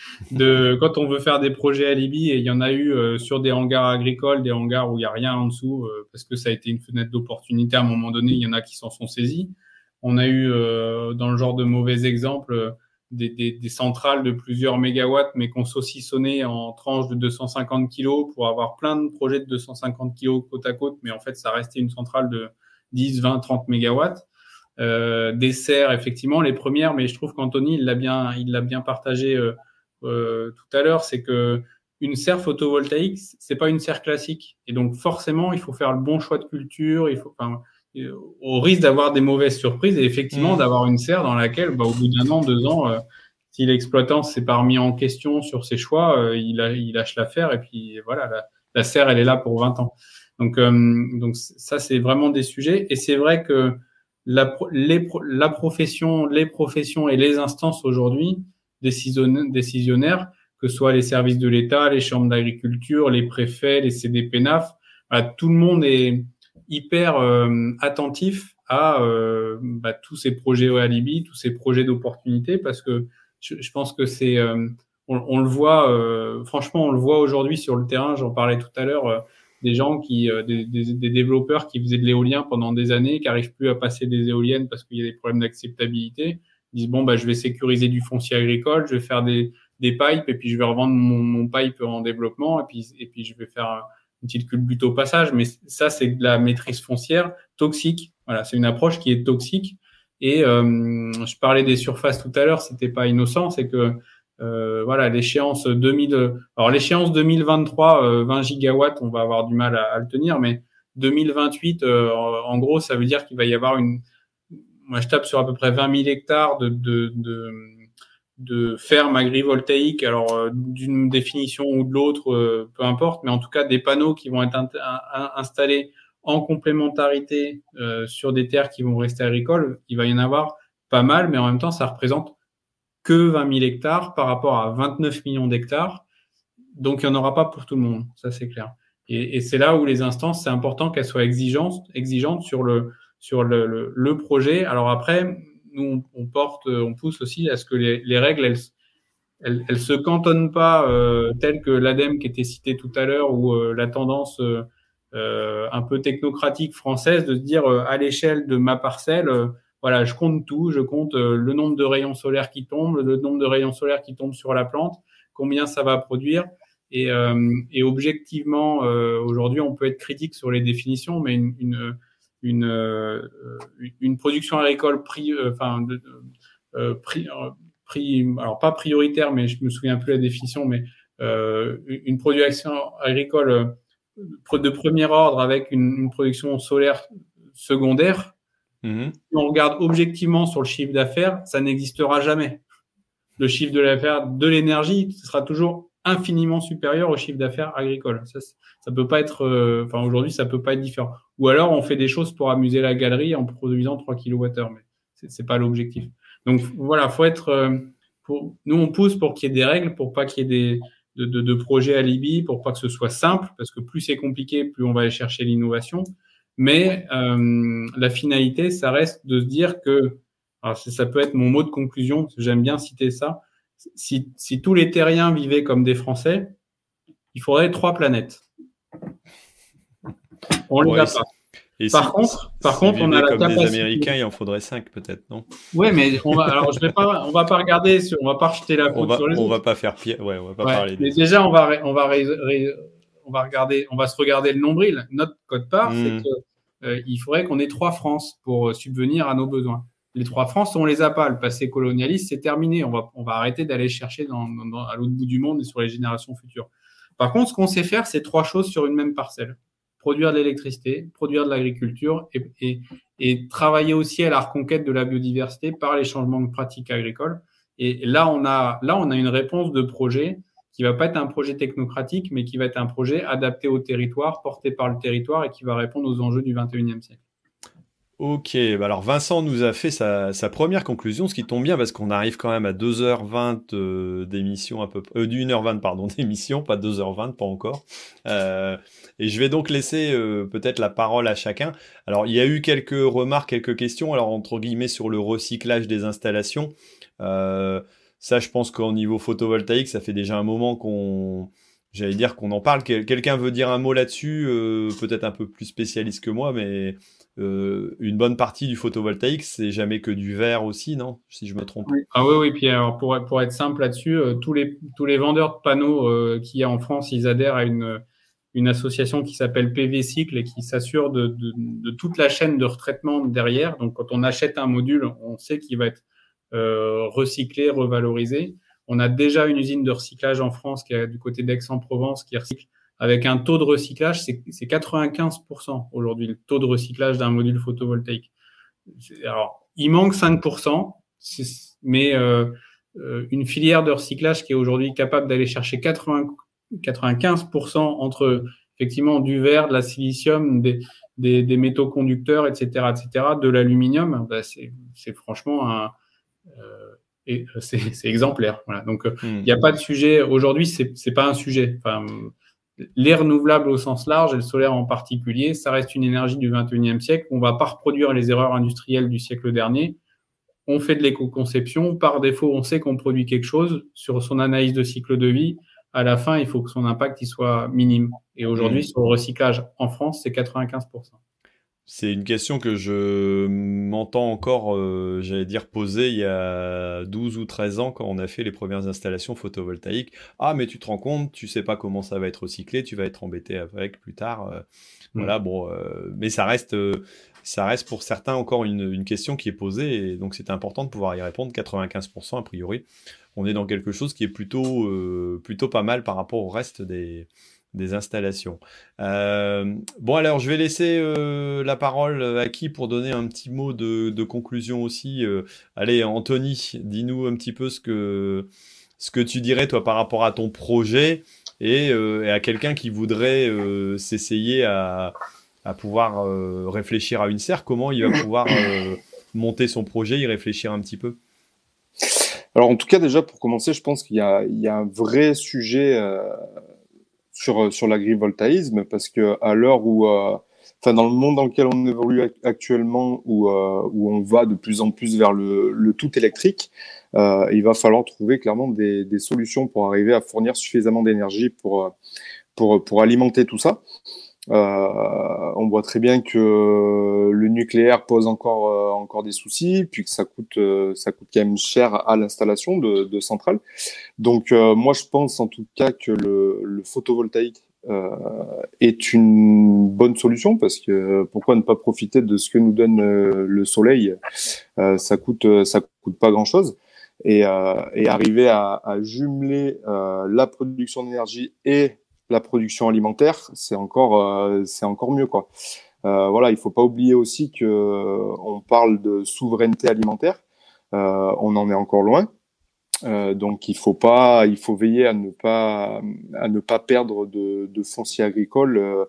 de quand on veut faire des projets à Libye, et il y en a eu euh, sur des hangars agricoles, des hangars où il n'y a rien en dessous, euh, parce que ça a été une fenêtre d'opportunité à un moment donné, il y en a qui s'en sont saisis. On a eu, euh, dans le genre de mauvais exemples, euh, des, des, des centrales de plusieurs mégawatts, mais qu'on saucissonnait en tranches de deux cent cinquante kilos pour avoir plein de projets de deux cent cinquante kilos côte à côte, mais en fait, ça restait une centrale de dix, vingt, trente mégawatts. Euh, des serres, effectivement, les premières, mais je trouve qu'Anthony, il l'a bien, il l'a bien partagé euh, euh, tout à l'heure, c'est que une serre photovoltaïque, c'est pas une serre classique. Et donc, forcément, il faut faire le bon choix de culture, il faut, enfin, au risque d'avoir des mauvaises surprises et effectivement mmh. d'avoir une serre dans laquelle, bah, au bout d'un an, deux ans, euh, si l'exploitant s'est pas remis en question sur ses choix, euh, il, a, il lâche l'affaire et puis voilà, la, la serre, elle est là pour vingt ans. Donc, euh, donc ça, c'est vraiment des sujets. Et c'est vrai que La, les, la profession, les professions et les instances aujourd'hui décisionnaires, que ce soit les services de l'État, les chambres d'agriculture, les préfets, les C D P N A F, voilà, tout le monde est hyper euh, attentif à euh, bah, tous ces projets à Libye, tous ces projets d'opportunité, parce que je, je pense que c'est, euh, on, on le voit, euh, franchement, on le voit aujourd'hui sur le terrain. J'en parlais tout à l'heure. Euh, des gens qui, euh, des, des, des développeurs qui faisaient de l'éolien pendant des années, qui n'arrivent plus à passer des éoliennes parce qu'il y a des problèmes d'acceptabilité, ils disent bon bah je vais sécuriser du foncier agricole, je vais faire des, des pipes et puis je vais revendre mon, mon pipe en développement et puis et puis je vais faire une petite culbute au passage. Mais ça c'est de la maîtrise foncière toxique. Voilà, c'est une approche qui est toxique. Et euh, je parlais des surfaces tout à l'heure, c'était pas innocent, c'est que Euh, voilà, l'échéance deux mille, alors l'échéance deux mille vingt-trois, euh, vingt gigawatts, on va avoir du mal à, à le tenir, mais deux mille vingt-huit, euh, en gros, ça veut dire qu'il va y avoir une, moi je tape sur à peu près vingt mille hectares de, de, de, de fermes agrivoltaïques, alors euh, d'une définition ou de l'autre, euh, peu importe, mais en tout cas des panneaux qui vont être in- in- installés en complémentarité euh, sur des terres qui vont rester agricoles. Il va y en avoir pas mal, mais en même temps, ça représente que vingt mille hectares par rapport à vingt-neuf millions d'hectares. Donc, il n'y en aura pas pour tout le monde. Ça, c'est clair. Et, et c'est là où les instances, c'est important qu'elles soient exigeantes, exigeantes sur le, sur le, le, le projet. Alors après, nous, on, on porte, on pousse aussi à ce que les, les règles, elles, elles, elles se cantonnent pas euh, telles que l'ADEME qui était cité tout à l'heure ou euh, la tendance euh, euh, un peu technocratique française de se dire euh, à l'échelle de ma parcelle, euh, voilà, je compte tout, je compte euh, le nombre de rayons solaires qui tombent, le nombre de rayons solaires qui tombent sur la plante, combien ça va produire. Et, euh, et objectivement, euh, aujourd'hui, on peut être critique sur les définitions, mais une, une, une, euh, une production agricole, pri, euh, enfin, de, euh, pri, euh, pri, alors pas prioritaire, mais je me souviens plus la définition, mais euh, une production agricole de premier ordre avec une, une production solaire secondaire. Mmh. Si on regarde objectivement sur le chiffre d'affaires, ça n'existera jamais. Le chiffre de l'affaire de l'énergie, ce sera toujours infiniment supérieur au chiffre d'affaires agricole. Ça, ça peut pas être, euh, enfin, aujourd'hui, ça peut pas être différent. Ou alors, on fait des choses pour amuser la galerie en produisant trois kilowattheures, mais c'est, c'est pas l'objectif. Donc, voilà, faut être, euh, pour, nous, on pousse pour qu'il y ait des règles, pour pas qu'il y ait des, de, de, de projets alibi pour pas que ce soit simple, parce que plus c'est compliqué, plus on va aller chercher l'innovation. Mais euh, la finalité, ça reste de se dire que, alors ça peut être mon mot de conclusion, parce que j'aime bien citer ça, si, si tous les terriens vivaient comme des Français, il faudrait trois planètes. On ne ouais, les a pas. Et par si, contre, si, par si contre, on a la comme capacité. des Américains, il en faudrait cinq peut-être, non? Oui, mais on va. Alors, je vais pas. On va pas regarder. Sur, on va pas rejeter la faute va, sur les on autres. va pas faire pire. Ouais, on va pas ouais, parler. Mais des déjà, autres. on va, on va, ré, ré, on va regarder. On va se regarder le nombril. Notre code part, mmh. c'est que euh, il faudrait qu'on ait trois France pour subvenir à nos besoins. Les trois France, on les a pas. Le passé colonialiste, c'est terminé. On va, on va arrêter d'aller chercher dans, dans, à l'autre bout du monde et sur les générations futures. Par contre, ce qu'on sait faire, c'est trois choses sur une même parcelle. Produire de l'électricité, produire de l'agriculture et, et, et travailler aussi à la reconquête de la biodiversité par les changements de pratiques agricoles. Et là, on a, là, on a une réponse de projet qui va pas être un projet technocratique, mais qui va être un projet adapté au territoire, porté par le territoire et qui va répondre aux enjeux du vingt et unième siècle. Ok, bah alors Vincent nous a fait sa, sa première conclusion, ce qui tombe bien parce qu'on arrive quand même à deux heures vingt euh, d'émission, à peu euh, d'une heure vingt pardon d'émission, pas deux heures vingt, pas encore. Euh, et je vais donc laisser euh, peut-être la parole à chacun. Alors il y a eu quelques remarques, quelques questions, alors entre guillemets sur le recyclage des installations. Euh, ça, je pense qu'au niveau photovoltaïque, ça fait déjà un moment qu'on, j'allais dire qu'on en parle. Quelqu'un veut dire un mot là-dessus, euh, peut-être un peu plus spécialiste que moi, mais Euh, une bonne partie du photovoltaïque, c'est jamais que du verre aussi, non? Si je me trompe. Oui. Ah oui, oui. Puis alors pour pour être simple là-dessus, euh, tous les tous les vendeurs de panneaux euh, qu'il y a en France, ils adhèrent à une une association qui s'appelle P V Cycle et qui s'assure de, de de toute la chaîne de retraitement derrière. Donc quand on achète un module, on sait qu'il va être euh, recyclé, revalorisé. On a déjà une usine de recyclage en France qui est du côté d'Aix-en-Provence qui recycle. Avec un taux de recyclage, c'est, c'est quatre-vingt-quinze pour cent aujourd'hui, le taux de recyclage d'un module photovoltaïque. Alors, il manque cinq pour cent, mais euh, une filière de recyclage qui est aujourd'hui capable d'aller chercher quatre-vingts, quatre-vingt-quinze pour cent entre effectivement du verre, de la silicium, des, des, des métaux conducteurs, et cetera, et cetera, de l'aluminium, bah c'est, c'est franchement un... Euh, et c'est, c'est exemplaire. Voilà. Donc, il mmh. n'y a pas de sujet. Aujourd'hui, c'est, c'est pas un sujet. Enfin, les renouvelables au sens large et le solaire en particulier, ça reste une énergie du vingt et unième siècle. On ne va pas reproduire les erreurs industrielles du siècle dernier. On fait de l'éco-conception. Par défaut, on sait qu'on produit quelque chose. Sur son analyse de cycle de vie, à la fin, il faut que son impact il soit minime. Et aujourd'hui, mmh. sur le recyclage en France, c'est quatre-vingt-quinze pour cent. C'est une question que je m'entends encore, euh, j'allais dire, poser il y a douze ou treize ans quand on a fait les premières installations photovoltaïques. Ah, mais tu te rends compte, tu sais pas comment ça va être recyclé, tu vas être embêté avec plus tard. Euh, mmh. Voilà, bon, euh, mais ça reste, euh, ça reste pour certains encore une, une question qui est posée, et donc c'est important de pouvoir y répondre. quatre-vingt-quinze pour cent a priori, on est dans quelque chose qui est plutôt, euh, plutôt pas mal par rapport au reste des... des installations. Euh, bon, alors, je vais laisser euh, la parole à qui pour donner un petit mot de, de conclusion aussi. Euh, allez, Anthony, dis-nous un petit peu ce que, ce que tu dirais, toi, par rapport à ton projet et, euh, et à quelqu'un qui voudrait euh, s'essayer à, à pouvoir euh, réfléchir à une serre. Comment il va pouvoir euh, monter son projet, y réfléchir un petit peu? Alors, en tout cas, déjà, pour commencer, je pense qu'il y a, il y a un vrai sujet... Euh... sur sur l'agrivoltaïsme, parce que à l'heure où euh, enfin dans le monde dans lequel on évolue actuellement, où euh, où on va de plus en plus vers le, le tout électrique, euh, il va falloir trouver clairement des des solutions pour arriver à fournir suffisamment d'énergie pour pour pour alimenter tout ça. Euh, on voit très bien que le nucléaire pose encore euh, encore des soucis, puis que ça coûte euh, ça coûte quand même cher à l'installation de, de centrales. Donc euh, moi je pense en tout cas que le, le photovoltaïque euh, est une bonne solution, parce que pourquoi ne pas profiter de ce que nous donne euh, le soleil? euh, Ça coûte ça coûte pas grand chose. Et, euh, et arriver à, à jumeler euh, la production d'énergie et la production alimentaire, c'est encore, euh, c'est encore mieux, quoi. Euh, voilà, il faut pas oublier aussi que euh, on parle de souveraineté alimentaire. Euh, on en est encore loin. Euh, donc il faut pas, il faut veiller à ne pas, à ne pas perdre de, de foncier agricole euh,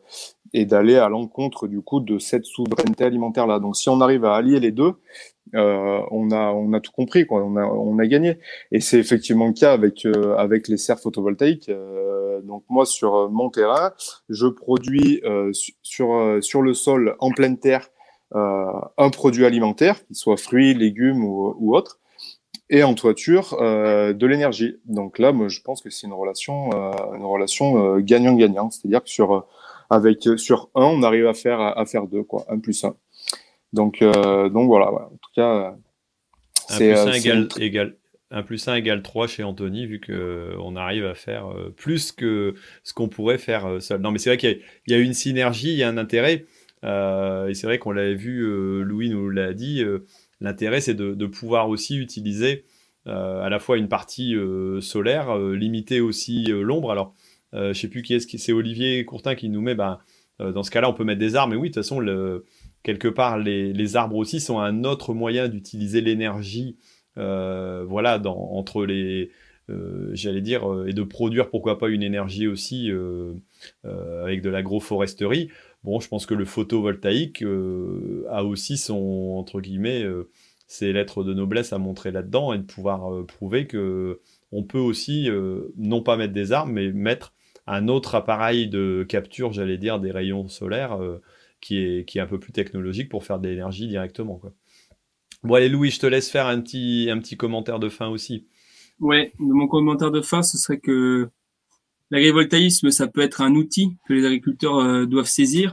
et d'aller à l'encontre du coup de cette souveraineté alimentaire là. Donc si on arrive à allier les deux, euh, on a on a tout compris quoi, on a on a gagné. Et c'est effectivement le cas avec euh, avec les serres photovoltaïques. Euh, donc moi sur mon terrain, je produis euh, sur euh, sur le sol en pleine terre euh, un produit alimentaire, qu'il soit fruits, légumes ou, ou autre, et en toiture euh, de l'énergie. Donc là, moi je pense que c'est une relation euh, une relation euh, gagnant-gagnant, c'est-à-dire que sur avec sur un, on arrive à faire à faire deux quoi, un plus un. Donc, euh, donc voilà, ouais. En tout cas, c'est un plus un égale, une... égale un plus un égale trois chez Anthony, vu qu'on arrive à faire plus que ce qu'on pourrait faire seul. Non, mais c'est vrai qu'il y, y a une synergie, il y a un intérêt. Euh, et c'est vrai qu'on l'avait vu, euh, Louis nous l'a dit, euh, l'intérêt c'est de, de pouvoir aussi utiliser euh, à la fois une partie euh, solaire, euh, limiter aussi euh, l'ombre. Alors, euh, je sais plus qui est-ce qui c'est Olivier Courtin qui nous met, ben, euh, dans ce cas-là, on peut mettre des arbres, mais oui, de toute façon, le, quelque part, les, les arbres aussi sont un autre moyen d'utiliser l'énergie, euh, voilà, dans, entre les, euh, j'allais dire, euh, et de produire, pourquoi pas, une énergie aussi euh, euh, avec de l'agroforesterie. Bon, je pense que le photovoltaïque euh, a aussi son, entre guillemets, euh, ses lettres de noblesse à montrer là-dedans et de pouvoir euh, prouver que on peut aussi, euh, non pas mettre des arbres, mais mettre un autre appareil de capture, j'allais dire, des rayons solaires euh, qui, est, qui est un peu plus technologique pour faire de l'énergie directement, quoi. Bon, allez, Louis, je te laisse faire un petit, un petit commentaire de fin aussi. Ouais, mon commentaire de fin, ce serait que l'agrivoltaïsme, ça peut être un outil que les agriculteurs euh, doivent saisir,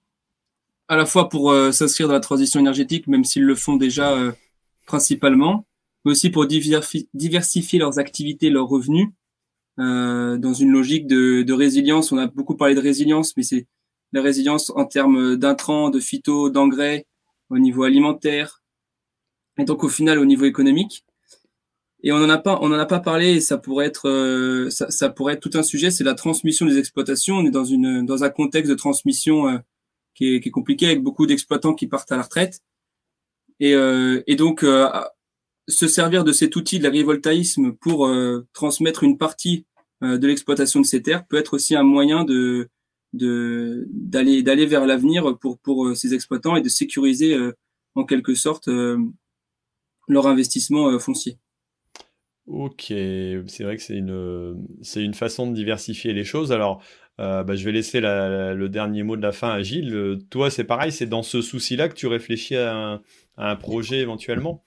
à la fois pour euh, s'inscrire dans la transition énergétique, même s'ils le font déjà euh, principalement, mais aussi pour diversifier, diversifier leurs activités, leurs revenus, euh, dans une logique de, de résilience. On a beaucoup parlé de résilience, mais c'est la résilience en termes d'intrants, de phyto, d'engrais, au niveau alimentaire, et donc au final au niveau économique. Et on en a pas, on en a pas parlé, et ça pourrait être, euh, ça, ça pourrait être tout un sujet, c'est la transmission des exploitations. On est dans une, dans un contexte de transmission euh, qui est, qui est compliqué, avec beaucoup d'exploitants qui partent à la retraite. Et, euh, et donc, euh, se servir de cet outil de l'agrivoltaïsme pour euh, transmettre une partie euh, de l'exploitation de ces terres peut être aussi un moyen de, de d'aller d'aller vers l'avenir pour pour euh, ces exploitants et de sécuriser euh, en quelque sorte euh, leur investissement euh, foncier. Ok, c'est vrai que c'est une, c'est une façon de diversifier les choses. Alors, euh, bah, je vais laisser la, la, le dernier mot de la fin à Gilles. Toi, c'est pareil, c'est dans ce souci-là que tu réfléchis à un, à un projet éventuellement?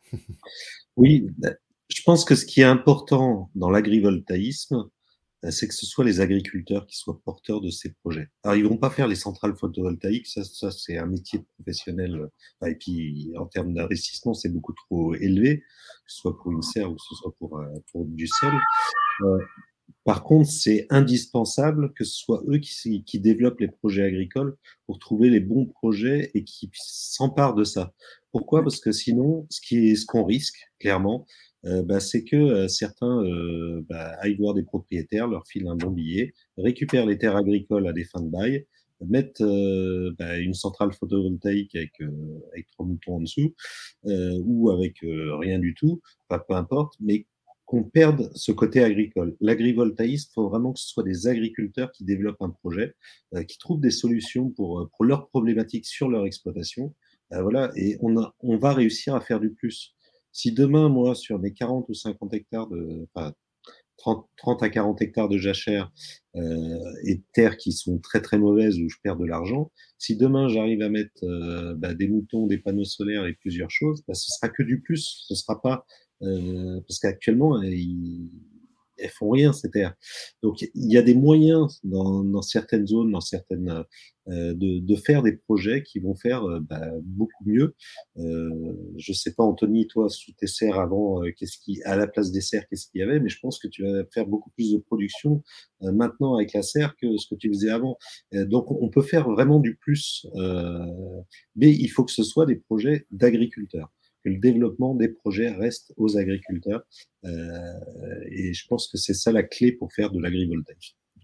Oui, je pense que ce qui est important dans l'agrivoltaïsme, c'est que ce soit les agriculteurs qui soient porteurs de ces projets. Alors, ils vont pas faire les centrales photovoltaïques, ça, ça c'est un métier de professionnel. Et puis, en termes d'investissement, c'est beaucoup trop élevé, que ce soit pour une serre ou que ce soit pour, pour du sol. Euh, par contre, c'est indispensable que ce soit eux qui, qui développent les projets agricoles pour trouver les bons projets et qui s'emparent de ça. Pourquoi? Parce que sinon, ce qui est, ce qu'on risque, clairement, euh, bah, c'est que euh, certains euh, bah, aillent voir des propriétaires, leur filent un bon billet, récupèrent les terres agricoles à des fins de bail, mettent euh, bah, une centrale photovoltaïque avec, euh, avec trois moutons en dessous, euh, ou avec euh, rien du tout, enfin, peu importe, mais qu'on perde ce côté agricole. L'agrivoltaïsme, il faut vraiment que ce soit des agriculteurs qui développent un projet, euh, qui trouvent des solutions pour, pour leurs problématiques sur leur exploitation. Euh, voilà, et on, a, on va réussir à faire du plus. Si demain, moi, sur mes quarante ou cinquante hectares de, enfin, trente, trente à quarante hectares de jachère euh, et de terres qui sont très très mauvaises où je perds de l'argent, si demain j'arrive à mettre euh, bah, des moutons, des panneaux solaires et plusieurs choses, bah, ce sera que du plus. Ce sera pas euh, parce qu'actuellement ils, elles font rien ces terres. Donc il y a des moyens dans, dans certaines zones, dans certaines euh, de, de faire des projets qui vont faire euh, bah, beaucoup mieux. Euh, je sais pas Anthony, toi sous tes serres avant, euh, qu'est-ce qui à la place des serres, qu'est-ce qu'il y avait, mais je pense que tu vas faire beaucoup plus de production euh, maintenant avec la serre que ce que tu faisais avant. Euh, donc on peut faire vraiment du plus, euh, mais il faut que ce soit des projets d'agriculteurs, que le développement des projets reste aux agriculteurs. Euh, et je pense que c'est ça la clé pour faire de l'agrivoltaïsme.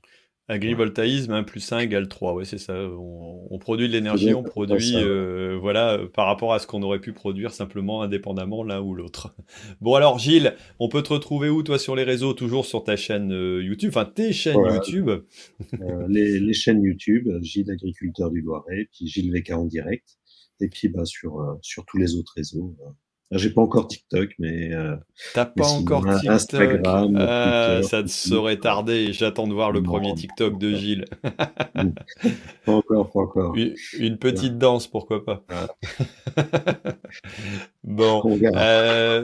Agrivoltaïsme, un plus un égale trois, ouais, c'est ça. On, on produit de l'énergie, on produit, euh, voilà, euh, par rapport à ce qu'on aurait pu produire simplement indépendamment l'un ou l'autre. Bon, alors, Gilles, on peut te retrouver où, toi, sur les réseaux? Toujours sur ta chaîne euh, YouTube, enfin, tes chaînes Voilà. YouTube. Euh, les, les chaînes YouTube, Gilles Agriculteur du Loiret, puis Gilles V K en direct, et puis bah, sur, euh, sur tous les autres réseaux. Euh. J'ai pas encore TikTok, mais. Euh, T'as pas encore sinon, TikTok? Instagram, ah, Twitter. Ça te saurait tarder. J'attends de voir le Non, premier TikTok de Gilles. Pas encore, pas encore. Une, une petite danse, pourquoi pas. Ah. Bon. On verra. Euh...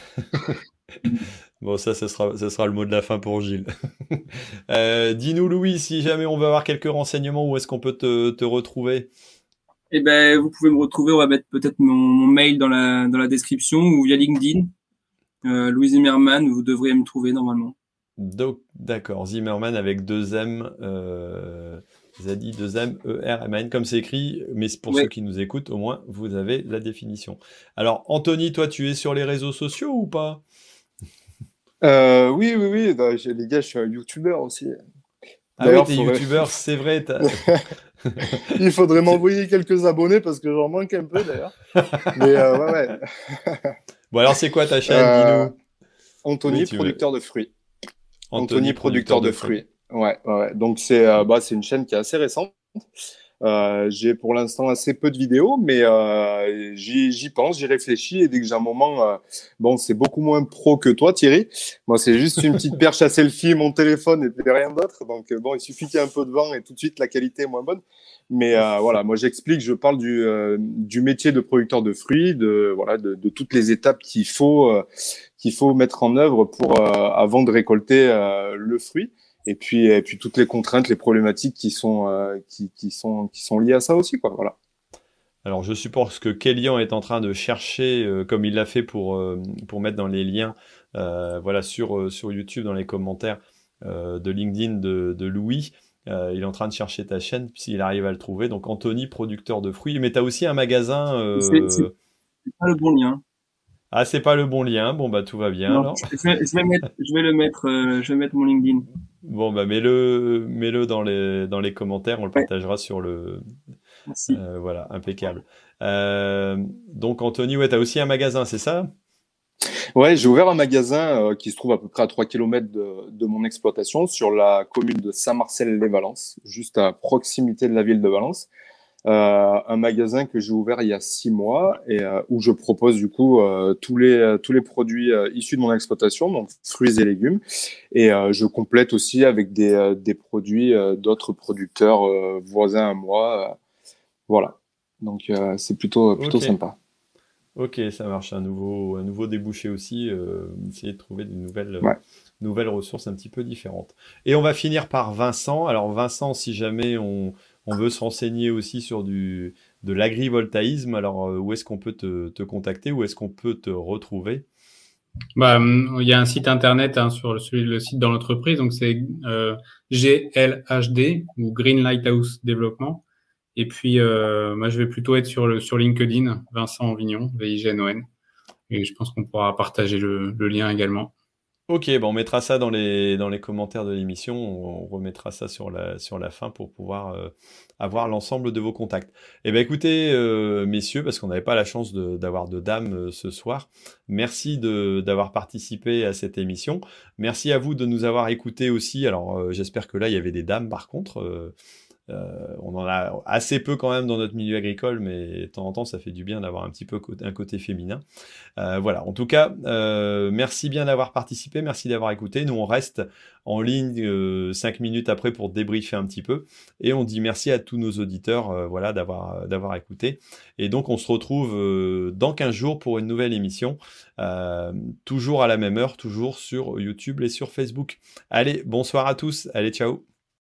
Bon, ça, ce sera, ce sera le mot de la fin pour Gilles. euh, dis-nous, Louis, si jamais on veut avoir quelques renseignements, où est-ce qu'on peut te, te retrouver? Eh ben, vous pouvez me retrouver, on va mettre peut-être mon, mon mail dans la, dans la description ou via LinkedIn. Euh, Louis Zimmerman, vous devriez me trouver normalement. Donc, d'accord, Zimmerman avec deux M, euh, Zadi, deux M, E R M A N, comme c'est écrit, mais pour Ouais. ceux qui nous écoutent, au moins, vous avez la définition. Alors, Anthony, toi, tu es sur les réseaux sociaux ou pas? Euh, oui, oui, oui. bah, j'ai- les gars, je suis un YouTuber aussi. Ah oui, D'ailleurs, t'es faudrait- youtubeur, c'est vrai. t'as- Il faudrait m'envoyer quelques abonnés parce que j'en manque un peu d'ailleurs. Mais euh, ouais, ouais. Bon, alors, c'est quoi ta chaîne? Euh, Dis-nous. Anthony, Oui, tu veux- producteur de fruits. Anthony, producteur de fruits. Ouais, ouais, ouais. Donc c'est euh, bah, c'est une chaîne qui est assez récente. Euh, j'ai pour l'instant assez peu de vidéos, mais euh, j'y, j'y pense, j'y réfléchis et dès que j'ai un moment, euh, bon, c'est beaucoup moins pro que toi, Thierry. Moi, c'est juste une petite perche à selfie, mon téléphone et puis rien d'autre. Donc euh, bon, il suffit qu'il y ait un peu de vent et tout de suite la qualité est moins bonne. Mais euh, voilà, moi j'explique, je parle du euh, du métier de producteur de fruits, de voilà, de, de toutes les étapes qu'il faut euh, qu'il faut mettre en œuvre pour euh, avant de récolter euh, le fruit. Et puis, et puis toutes les contraintes, les problématiques qui sont, euh, qui, qui sont, qui sont liées à ça aussi, quoi. Voilà. Alors, je suppose que Kélian est en train de chercher, euh, comme il l'a fait pour, euh, pour mettre dans les liens, euh, voilà, sur, euh, sur YouTube, dans les commentaires euh, de LinkedIn de, de Louis. Euh, il est en train de chercher ta chaîne, s'il arrive à le trouver. Donc, Anthony, producteur de fruits. Mais tu as aussi un magasin. euh, C'est, c'est c'est pas le bon lien. Ah, c'est pas le bon lien. Bon, bah, tout va bien Non, alors. je, vais, je vais mettre, je vais le mettre, euh, je vais mettre mon LinkedIn. Bon, bah, mets-le, mets-le dans les, dans les commentaires. On le Ouais. partagera sur le. Merci. Euh, voilà, impeccable. Euh, donc, Anthony, ouais, tu as aussi un magasin, c'est ça? Ouais, j'ai ouvert un magasin euh, qui se trouve à peu près à trois kilomètres de, de mon exploitation sur la commune de Saint-Marcel-les-Valences, juste à proximité de la ville de Valence. Euh, un magasin que j'ai ouvert il y a six mois et euh, où je propose du coup euh, tous les tous les produits euh, issus de mon exploitation, donc fruits et légumes, et euh, je complète aussi avec des euh, des produits euh, d'autres producteurs euh, voisins à moi, euh, voilà. Donc euh, c'est plutôt plutôt Ok. sympa. Ok, ça marche. Un nouveau, un nouveau débouché aussi. Euh, essayer de trouver des nouvelles, Ouais. nouvelles ressources un petit peu différentes. Et on va finir par Vincent. Alors Vincent, si jamais on, on veut se renseigner aussi sur du, de l'agrivoltaïsme, alors euh, où est-ce qu'on peut te, te contacter? Où est-ce qu'on peut te retrouver? Bah, hum, il y a un site internet hein, sur le, celui, le site dans l'entreprise, donc c'est euh, G L H D ou Green Lighthouse Développement. Et puis, euh, moi, je vais plutôt être sur le sur LinkedIn, Vincent Vignon, V I G N O N. Et je pense qu'on pourra partager le, le lien également. Ok, bon, on mettra ça dans les, dans les commentaires de l'émission. On, on remettra ça sur la, sur la fin pour pouvoir euh, avoir l'ensemble de vos contacts. Eh bien, écoutez, euh, messieurs, parce qu'on n'avait pas la chance de- d'avoir de dames euh, ce soir, merci de- d'avoir participé à cette émission. Merci à vous de nous avoir écoutés aussi. Alors, euh, j'espère que là, il y avait des dames, par contre. Euh, euh, on en a assez peu quand même dans notre milieu agricole, mais de temps en temps, ça fait du bien d'avoir un petit peu co- un côté féminin. Euh, voilà, en tout cas, euh, merci bien d'avoir participé, merci d'avoir écouté. Nous, on reste en ligne euh, cinq minutes après pour débriefer un petit peu. Et on dit merci à tous nos auditeurs euh, voilà, d'avoir, d'avoir écouté. Et donc, on se retrouve euh, dans quinze jours pour une nouvelle émission, euh, toujours à la même heure, toujours sur YouTube et sur Facebook. Allez, bonsoir à tous. Allez, ciao.